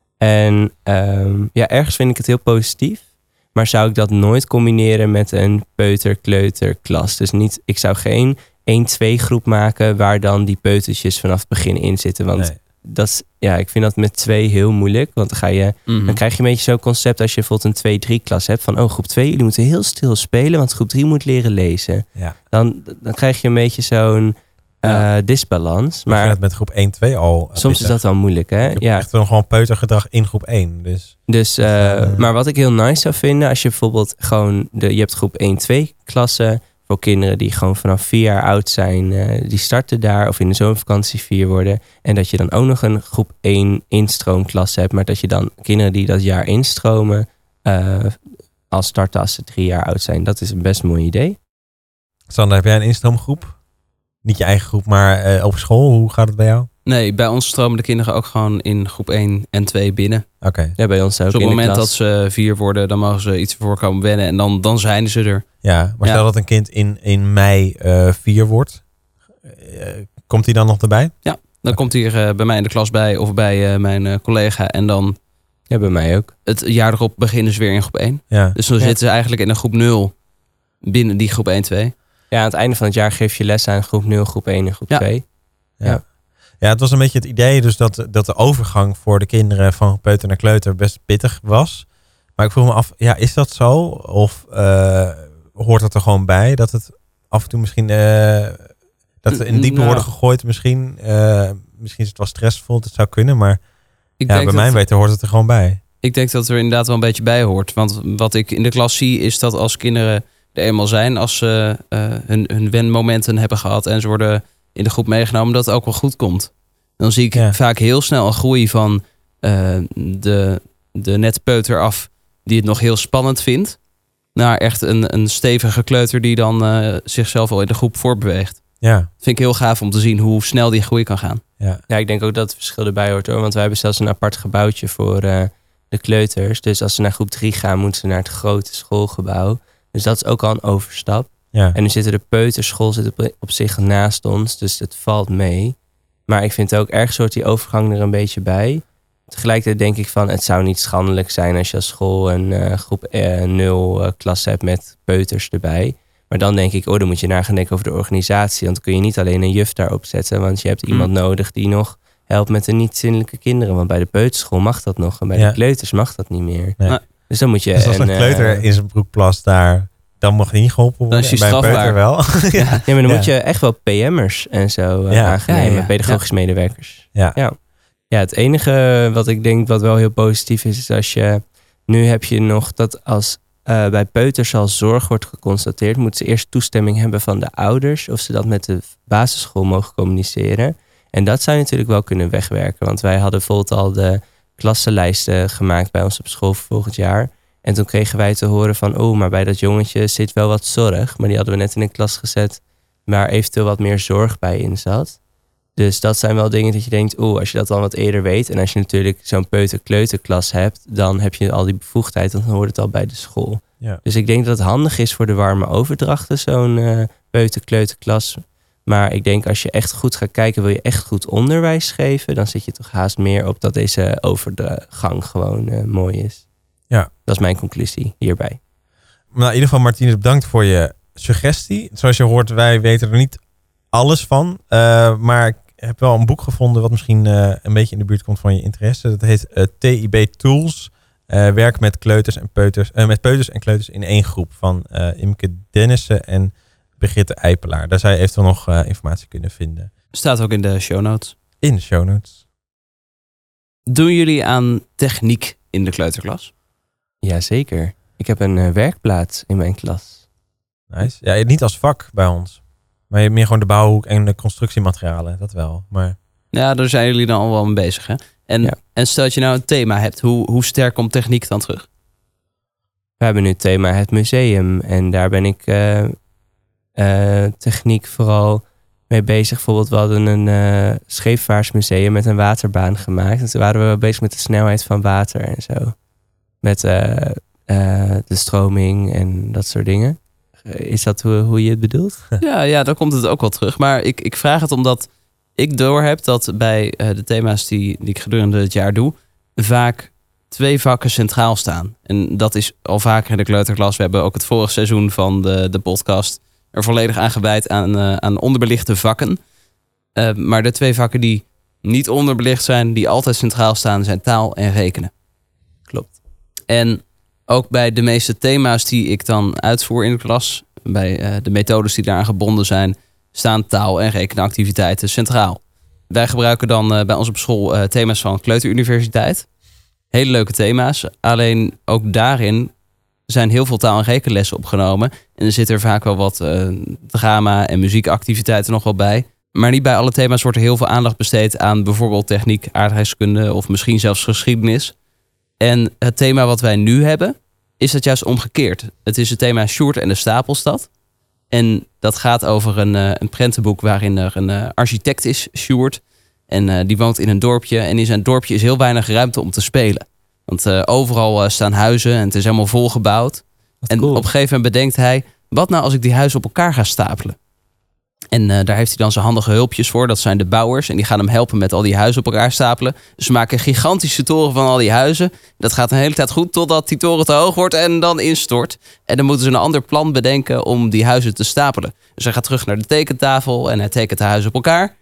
En um, ja, ergens vind ik het heel positief. Maar zou ik dat nooit combineren met een peuter-kleuter-klas. Dus niet, ik zou geen één twee groep maken waar dan die peutertjes vanaf het begin in zitten. Want nee. dat is, ja, ik vind dat met twee heel moeilijk. Want dan, ga je, mm-hmm. dan krijg je een beetje zo'n concept als je bijvoorbeeld een twee drie klas hebt. Van oh, groep twee, jullie moeten heel stil spelen, want groep drie moet leren lezen. Ja. Dan, dan krijg je een beetje zo'n uh, disbalans. Maar het met groep één twee al. Soms pittig. is dat wel moeilijk, hè? Ik heb ja. echt wel gewoon peutergedrag in groep één. Dus, dus uh, uh, maar wat ik heel nice zou vinden, als je bijvoorbeeld gewoon, de, je hebt groep één twee klassen voor kinderen die gewoon vanaf vier jaar oud zijn, uh, die starten daar of in de zomervakantie vier worden. En dat je dan ook nog een groep één instroomklas hebt, maar dat je dan kinderen die dat jaar instromen, uh, als starten als ze drie jaar oud zijn. Dat is een best mooi idee. Sander, heb jij een instroomgroep? Niet je eigen groep, maar uh, op school. Hoe gaat het bij jou? Nee, bij ons stromen de kinderen ook gewoon in groep één en twee binnen. Oké. Okay. Ja, bij ons ook. Dus op het moment klas. dat ze vier worden, dan mogen ze iets voorkomen wennen. En dan, dan zijn ze er. Ja, maar stel ja. dat een kind in, in mei uh, vier wordt. Uh, komt hij dan nog erbij? Ja, dan okay. komt hij er uh, bij mij in de klas bij of bij uh, mijn uh, collega. En dan... Ja, bij mij ook. Het jaar erop beginnen ze weer in groep één. Ja. Dus dan ja. zitten ze eigenlijk in een groep nul binnen die groep één twee. Ja, aan het einde van het jaar geef je les aan groep nul, groep één en groep ja. twee. Ja. ja. Ja, het was een beetje het idee dus dat, dat de overgang voor de kinderen van peuter naar kleuter best pittig was. Maar ik vroeg me af, ja, is dat zo? Of uh, hoort dat er gewoon bij? Dat het af en toe misschien uh, dat ze in diepe nou. worden gegooid misschien. Uh, misschien is het wel stressvol, dat zou kunnen. Maar ik ja, bij mijn weten hoort het er gewoon bij. Ik denk dat het er inderdaad wel een beetje bij hoort. Want wat ik in de klas zie is dat als kinderen er eenmaal zijn, als ze uh, hun, hun wenmomenten hebben gehad en ze worden in de groep meegenomen, dat het ook wel goed komt. Dan zie ik ja. vaak heel snel een groei van uh, de, de net peuter af die het nog heel spannend vindt. naar echt een, een stevige kleuter die dan uh, zichzelf al in de groep voortbeweegt. Ja. Dat vind ik heel gaaf om te zien hoe snel die groei kan gaan. Ja. Ja, ik denk ook dat het verschil erbij hoort hoor. Want wij hebben zelfs een apart gebouwtje voor uh, de kleuters. Dus als ze naar groep drie gaan, moeten ze naar het grote schoolgebouw. Dus dat is ook al een overstap. Ja. En nu zit er de peuterschool zit op, op zich naast ons. Dus het valt mee. Maar ik vind ook ergens hoort die overgang er een beetje bij. Tegelijkertijd denk ik van, het zou niet schandelijk zijn als je als school een uh, groep uh, nul uh, klas hebt met peuters erbij. Maar dan denk ik, oh, dan moet je na gaan denken over de organisatie. Want dan kun je niet alleen een juf daarop zetten. Want je hebt iemand mm. nodig die nog helpt met de niet-zinnelijke kinderen. Want bij de peuterschool mag dat nog. En bij ja. de kleuters mag dat niet meer. Nee. Dus dan moet je... Dus als een, een kleuter uh, in zijn broek plast daar, dan mag hij niet geholpen worden. Dan is je bij een peuter wel. ja. ja, maar dan ja. moet je echt wel P M'ers en zo uh, ja. aannemen. Ja, ja. Pedagogisch ja. medewerkers. Ja. ja. Ja, het enige wat ik denk wat wel heel positief is, is als je... Nu heb je nog dat als uh, bij peuters als zorg wordt geconstateerd, moeten ze eerst toestemming hebben van de ouders of ze dat met de basisschool mogen communiceren. En dat zou je natuurlijk wel kunnen wegwerken. Want wij hadden bijvoorbeeld al de klassenlijsten gemaakt bij ons op school voor volgend jaar. En toen kregen wij te horen van, oh, maar bij dat jongetje zit wel wat zorg. Maar die hadden we net in een klas gezet waar eventueel wat meer zorg bij in zat. Dus dat zijn wel dingen dat je denkt, oeh, als je dat al wat eerder weet. En als je natuurlijk zo'n peuter-kleuterklas hebt, dan heb je al die bevoegdheid, dan hoort het al bij de school. Ja. Dus ik denk dat het handig is voor de warme overdrachten, zo'n uh, peuter-kleuterklas. Maar ik denk als je echt goed gaat kijken, wil je echt goed onderwijs geven, dan zit je toch haast meer op dat deze overgang gewoon uh, mooi is. Ja. Dat is mijn conclusie hierbij. Nou, in ieder geval, Martine, bedankt voor je suggestie. Zoals je hoort, wij weten er niet alles van. Uh, maar ik heb wel een boek gevonden wat misschien uh, een beetje in de buurt komt van je interesse. Dat heet uh, T I B Tools. Uh, werk met kleuters en peuters, uh, met peuters en kleuters in één groep. Van uh, Imke Dennissen en Brigitte Eipelaar. Daar zou je eventueel nog uh, informatie kunnen vinden. Staat ook in de show notes. In de show notes. Doen jullie aan techniek in de kleuterklas? Jazeker. Ik heb een uh, werkplaats in mijn klas. Nice. Ja, niet als vak bij ons. Maar je hebt meer gewoon de bouwhoek en de constructiematerialen. Dat wel. Maar... Ja, daar zijn jullie dan al wel mee bezig. Hè? En, ja. en stel dat je nou een thema hebt. Hoe, hoe sterk komt techniek dan terug? We hebben nu het thema het museum. En daar ben ik uh, uh, techniek vooral mee bezig. Bijvoorbeeld we hadden een uh, scheepvaartsmuseum met een waterbaan gemaakt. En toen waren we bezig met de snelheid van water en zo. Met uh, uh, de stroming en dat soort dingen. Is dat hoe, hoe je het bedoelt? Ja, ja, dan komt het ook wel terug. Maar ik, ik vraag het omdat ik doorheb dat bij uh, de thema's die, die ik gedurende het jaar doe, vaak twee vakken centraal staan. En dat is al vaker in de kleuterklas. We hebben ook het vorige seizoen van de, de podcast er volledig aan gewijd aan, uh, aan onderbelichte vakken. Uh, maar de twee vakken die niet onderbelicht zijn, die altijd centraal staan, zijn taal en rekenen. Klopt. En ook bij de meeste thema's die ik dan uitvoer in de klas, bij uh, de methodes die daaraan gebonden zijn, staan taal- en rekenactiviteiten centraal. Wij gebruiken dan uh, bij ons op school uh, thema's van Kleuteruniversiteit. Hele leuke thema's. Alleen ook daarin zijn heel veel taal- en rekenlessen opgenomen. En er zit er vaak wel wat uh, drama- en muziekactiviteiten nog wel bij. Maar niet bij alle thema's wordt er heel veel aandacht besteed aan bijvoorbeeld techniek, aardrijkskunde of misschien zelfs geschiedenis. En het thema wat wij nu hebben, is dat juist omgekeerd. Het is het thema Sjoerd en de Stapelstad. En dat gaat over een, uh, een prentenboek waarin er een uh, architect is, Sjoerd. En uh, die woont in een dorpje. En in zijn dorpje is heel weinig ruimte om te spelen. Want uh, overal uh, staan huizen en het is helemaal volgebouwd. En cool. Op een gegeven moment bedenkt hij, wat nou als ik die huizen op elkaar ga stapelen? En uh, daar heeft hij dan zijn handige hulpjes voor. Dat zijn de bouwers. En die gaan hem helpen met al die huizen op elkaar stapelen. Dus ze maken een gigantische toren van al die huizen. Dat gaat een hele tijd goed totdat die toren te hoog wordt en dan instort. En dan moeten ze een ander plan bedenken om die huizen te stapelen. Dus hij gaat terug naar de tekentafel en hij tekent de huizen op elkaar.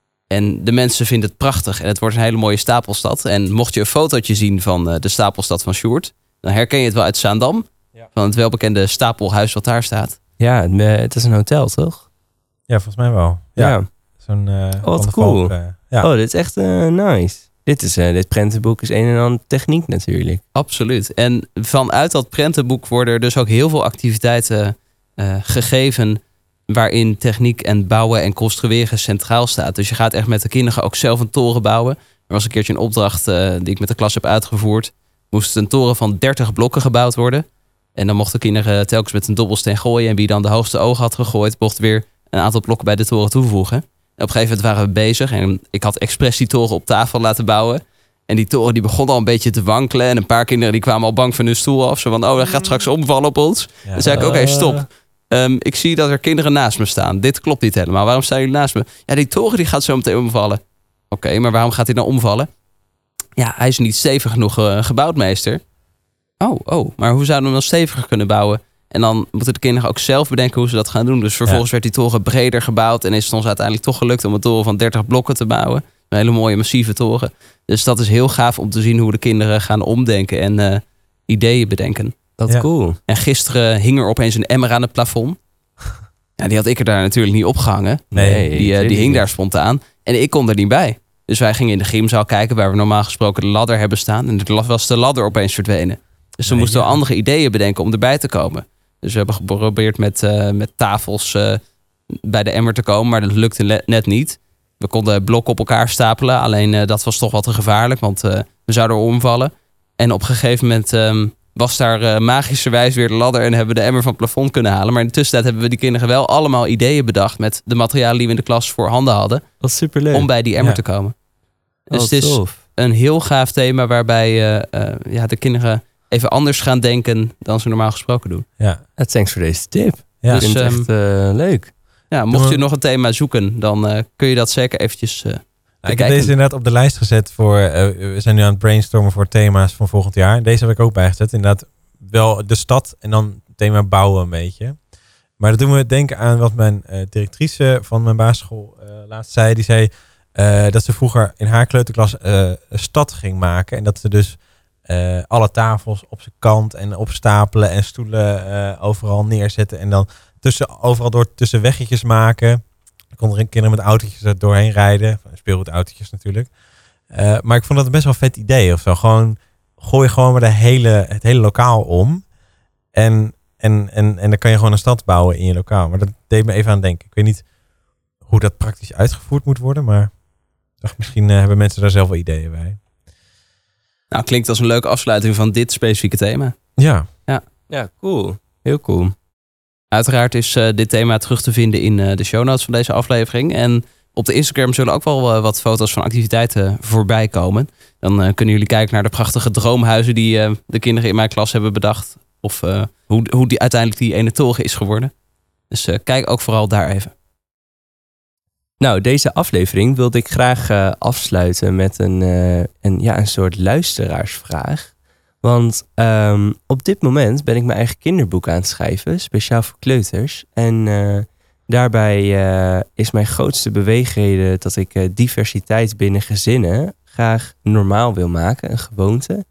En de mensen vinden het prachtig. En het wordt een hele mooie stapelstad. En mocht je een fotootje zien van uh, de stapelstad van Sjoerd, dan herken je het wel uit Zaandam. Ja. Van het welbekende stapelhuis wat daar staat. Ja, het, het is een hotel, toch? Ja, volgens mij wel. Ja. ja. Zo'n, uh, oh, wat cool. Volk, uh, ja. Oh, dit is echt uh, nice. Dit, is, uh, dit prentenboek is een en ander techniek natuurlijk. Absoluut. En vanuit dat prentenboek worden er dus ook heel veel activiteiten uh, gegeven waarin techniek en bouwen en construeren centraal staat. Dus je gaat echt met de kinderen ook zelf een toren bouwen. Er was een keertje een opdracht uh, die ik met de klas heb uitgevoerd. Moest een toren van dertig blokken gebouwd worden. En dan mochten kinderen telkens met een dobbelsteen gooien. En wie dan de hoogste ogen had gegooid, mocht weer een aantal blokken bij de toren toevoegen. En op een gegeven moment waren we bezig. En ik had expres die toren op tafel laten bouwen. En die toren die begon al een beetje te wankelen. En een paar kinderen die kwamen al bang van hun stoel af. Zo van, oh, dat gaat straks omvallen op ons. Ja. Dan zei ik, oké, okay, stop. Um, ik zie dat er kinderen naast me staan. Dit klopt niet helemaal. Waarom staan jullie naast me? Ja, die toren die gaat zo meteen omvallen. Oké, okay, maar waarom gaat hij nou omvallen? Ja, hij is niet stevig genoeg uh, gebouwd, meester. Oh, oh, maar hoe zouden we hem dan steviger kunnen bouwen? En dan moeten de kinderen ook zelf bedenken hoe ze dat gaan doen. Dus vervolgens ja. werd die toren breder gebouwd. En is het ons uiteindelijk toch gelukt om een toren van dertig blokken te bouwen. Een hele mooie, massieve toren. Dus dat is heel gaaf om te zien hoe de kinderen gaan omdenken en uh, ideeën bedenken. Dat is ja. cool. En gisteren hing er opeens een emmer aan het plafond. Ja, die had ik er daar natuurlijk niet opgehangen. Nee, die, uh, die hing daar spontaan. En ik kon er niet bij. Dus wij gingen in de gymzaal kijken waar we normaal gesproken de ladder hebben staan. En er was de ladder opeens verdwenen. Dus we nee, moesten ja. we andere ideeën bedenken om erbij te komen. Dus we hebben geprobeerd met, uh, met tafels uh, bij de emmer te komen. Maar dat lukte le- net niet. We konden blokken op elkaar stapelen. Alleen uh, dat was toch wat te gevaarlijk. Want uh, we zouden er omvallen. En op een gegeven moment um, was daar uh, magischerwijs weer de ladder. En hebben we de emmer van het plafond kunnen halen. Maar in de tussentijd hebben we die kinderen wel allemaal ideeën bedacht. Met de materialen die we in de klas voor handen hadden. Dat is superleuk. Om bij die emmer ja. te komen. Dus oh, het is tof. Een heel gaaf thema waarbij uh, uh, ja, de kinderen even anders gaan denken dan ze normaal gesproken doen. Ja, thanks voor deze tip. Ja, dus, ik vind het echt uh, leuk. Ja, mocht je nog een thema zoeken, dan uh, kun je dat zeker eventjes uh, nou, ik heb deze inderdaad op de lijst gezet voor, uh, we zijn nu aan het brainstormen voor thema's van volgend jaar. Deze heb ik ook bijgezet. Inderdaad wel de stad en dan thema bouwen een beetje. Maar dat doen we denken aan wat mijn uh, directrice van mijn basisschool uh, laatst zei. Die zei uh, dat ze vroeger in haar kleuterklas uh, een stad ging maken. En dat ze dus uh, alle tafels op zijn kant en opstapelen en stoelen uh, overal neerzetten. En dan tussen, overal door tussen weggetjes maken. Dan konden er kinderen met autootjes er doorheen rijden. Speelgoedautootjes natuurlijk. Uh, maar ik vond dat best wel een vet idee of zo. Gewoon gooi gewoon maar de hele, het hele lokaal om. En, en, en, en dan kan je gewoon een stad bouwen in je lokaal. Maar dat deed me even aan denken. Ik weet niet hoe dat praktisch uitgevoerd moet worden. Maar ik dacht, misschien uh, hebben mensen daar zelf wel ideeën bij. Nou, klinkt als een leuke afsluiting van dit specifieke thema. Ja. Ja, ja cool. Heel cool. Uiteraard is uh, dit thema terug te vinden in uh, de show notes van deze aflevering. En op de Instagram zullen ook wel uh, wat foto's van activiteiten voorbij komen. Dan uh, kunnen jullie kijken naar de prachtige droomhuizen die uh, de kinderen in mijn klas hebben bedacht. Of uh, hoe, hoe die uiteindelijk die ene toren is geworden. Dus uh, kijk ook vooral daar even. Nou, deze aflevering wilde ik graag uh, afsluiten met een, uh, een, ja, een soort luisteraarsvraag. Want um, op dit moment ben ik mijn eigen kinderboek aan het schrijven, speciaal voor kleuters. En uh, daarbij uh, is mijn grootste beweegreden dat ik uh, diversiteit binnen gezinnen graag normaal wil maken, een gewoonte.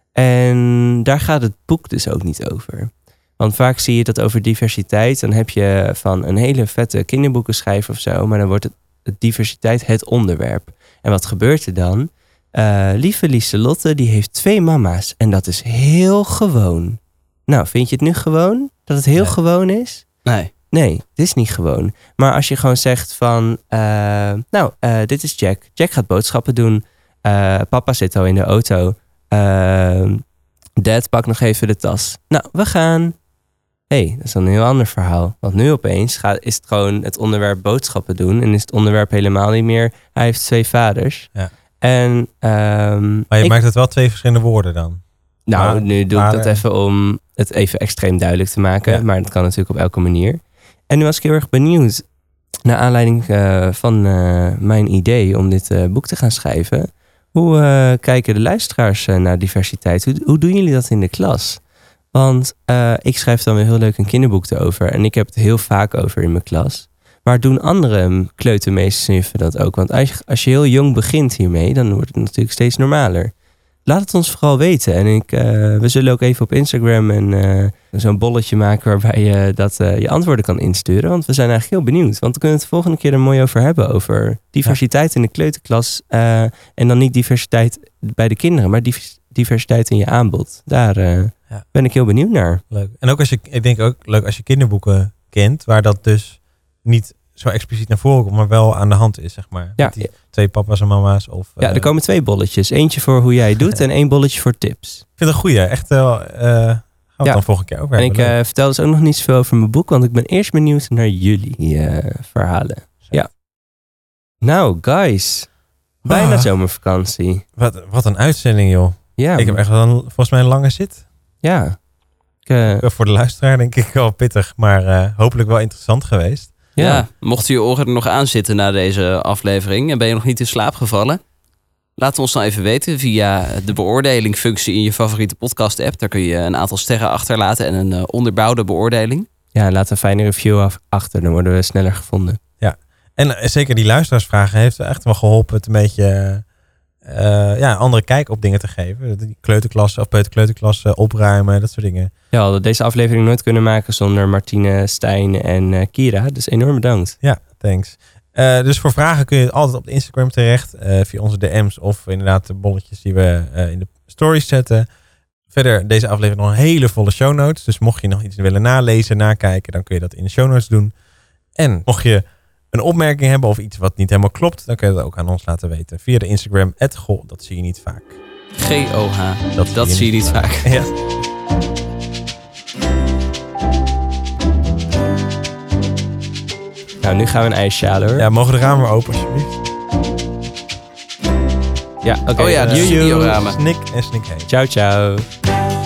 En daar gaat het boek dus ook niet over. Want vaak zie je dat over diversiteit, dan heb je van een hele vette kinderboeken schrijven of zo, maar dan wordt het, het diversiteit het onderwerp. En wat gebeurt er dan? Uh, lieve Lieselotte, die heeft twee mama's en dat is heel gewoon. Nou, vind je het nu gewoon? Dat het heel nee. gewoon is? Nee. Nee, het is niet gewoon. Maar als je gewoon zegt van, uh, nou, uh, dit is Jack. Jack gaat boodschappen doen. Uh, papa zit al in de auto. Uh, Dad, pak nog even de tas. Nou, we gaan. Hé, hey, dat is dan een heel ander verhaal. Want nu opeens gaat, is het gewoon het onderwerp boodschappen doen. En is het onderwerp helemaal niet meer, hij heeft twee vaders. Ja. En, um, maar je ik, maakt het wel twee verschillende woorden dan? Nou, maar, nu doe maar, ik dat even om het even extreem duidelijk te maken. Ja. Maar dat kan natuurlijk op elke manier. En nu was ik heel erg benieuwd, naar aanleiding uh, van uh, mijn idee om dit uh, boek te gaan schrijven. Hoe uh, kijken de luisteraars uh, naar diversiteit? Hoe, hoe doen jullie dat in de klas? Want uh, ik schrijf dan weer heel leuk een kinderboek erover. En ik heb het heel vaak over in mijn klas. Maar doen andere kleutermeesters en juffen dat ook? Want als je, als je heel jong begint hiermee, dan wordt het natuurlijk steeds normaler. Laat het ons vooral weten. En ik, uh, we zullen ook even op Instagram een, uh, zo'n bolletje maken waarbij je dat, uh, je antwoorden kan insturen. Want we zijn eigenlijk heel benieuwd. Want we kunnen het de volgende keer er mooi over hebben. Over diversiteit ja. in de kleuterklas. Uh, en dan niet diversiteit bij de kinderen, maar diversiteit in je aanbod. Daar uh, ja. ben ik heel benieuwd naar. Leuk. En ook als je, ik denk ook leuk als je kinderboeken kent, waar dat dus niet zo expliciet naar voren komt, maar wel aan de hand is, zeg maar. Ja. Die twee papa's en mama's. Of, ja, er komen twee bolletjes. Eentje voor hoe jij het doet en één bolletje voor tips. Ik vind het een goeie. Echt wel, uh, gaan we Ja. het dan volgende keer over En ik hebben. uh, vertel dus ook nog niet zoveel over mijn boek, want ik ben eerst benieuwd naar jullie uh, verhalen. Ja. Nou, guys. Bijna Ah. zomervakantie. Wat, wat een uitzending, joh. Ja. Ik heb echt wel een, volgens mij een lange zit. Ja. Ik, uh, Voor de luisteraar denk ik wel pittig, maar uh, hopelijk wel interessant geweest. Ja. ja. Mochten je oren er nog aan zitten na deze aflevering en ben je nog niet in slaap gevallen, laat ons dan even weten via de beoordelingfunctie in je favoriete podcast app. Daar kun je een aantal sterren achterlaten en een uh, onderbouwde beoordeling. Ja, laat een fijne review af, achter, dan worden we sneller gevonden. Ja, en uh, zeker die luisteraarsvragen heeft echt wel geholpen het een beetje uh, ja, een andere kijk op dingen te geven. Die kleuterklassen of peuterkleuterklassen opruimen, dat soort dingen. Ja, we hadden deze aflevering nooit kunnen maken zonder Martine, Stijn en uh, Kira. Dus enorm bedankt. Ja, thanks. Uh, dus voor vragen kun je altijd op de Instagram terecht. Uh, via onze D M's of inderdaad de bolletjes die we uh, in de stories zetten. Verder, deze aflevering nog een hele volle show notes. Dus mocht je nog iets willen nalezen, nakijken, dan kun je dat in de show notes doen. En mocht je een opmerking hebben of iets wat niet helemaal klopt, dan kun je dat ook aan ons laten weten. Via de Instagram, at goh, dat zie je niet vaak. G O H, Dat, dat zie je niet vaak. Ja. Nou, nu gaan we een ijsje halen hoor. Ja, mogen de ramen open alsjeblieft? Ja, oké. Oh ja, de Joejoe. studioramen. Snik en snik heen. Ciao, ciao.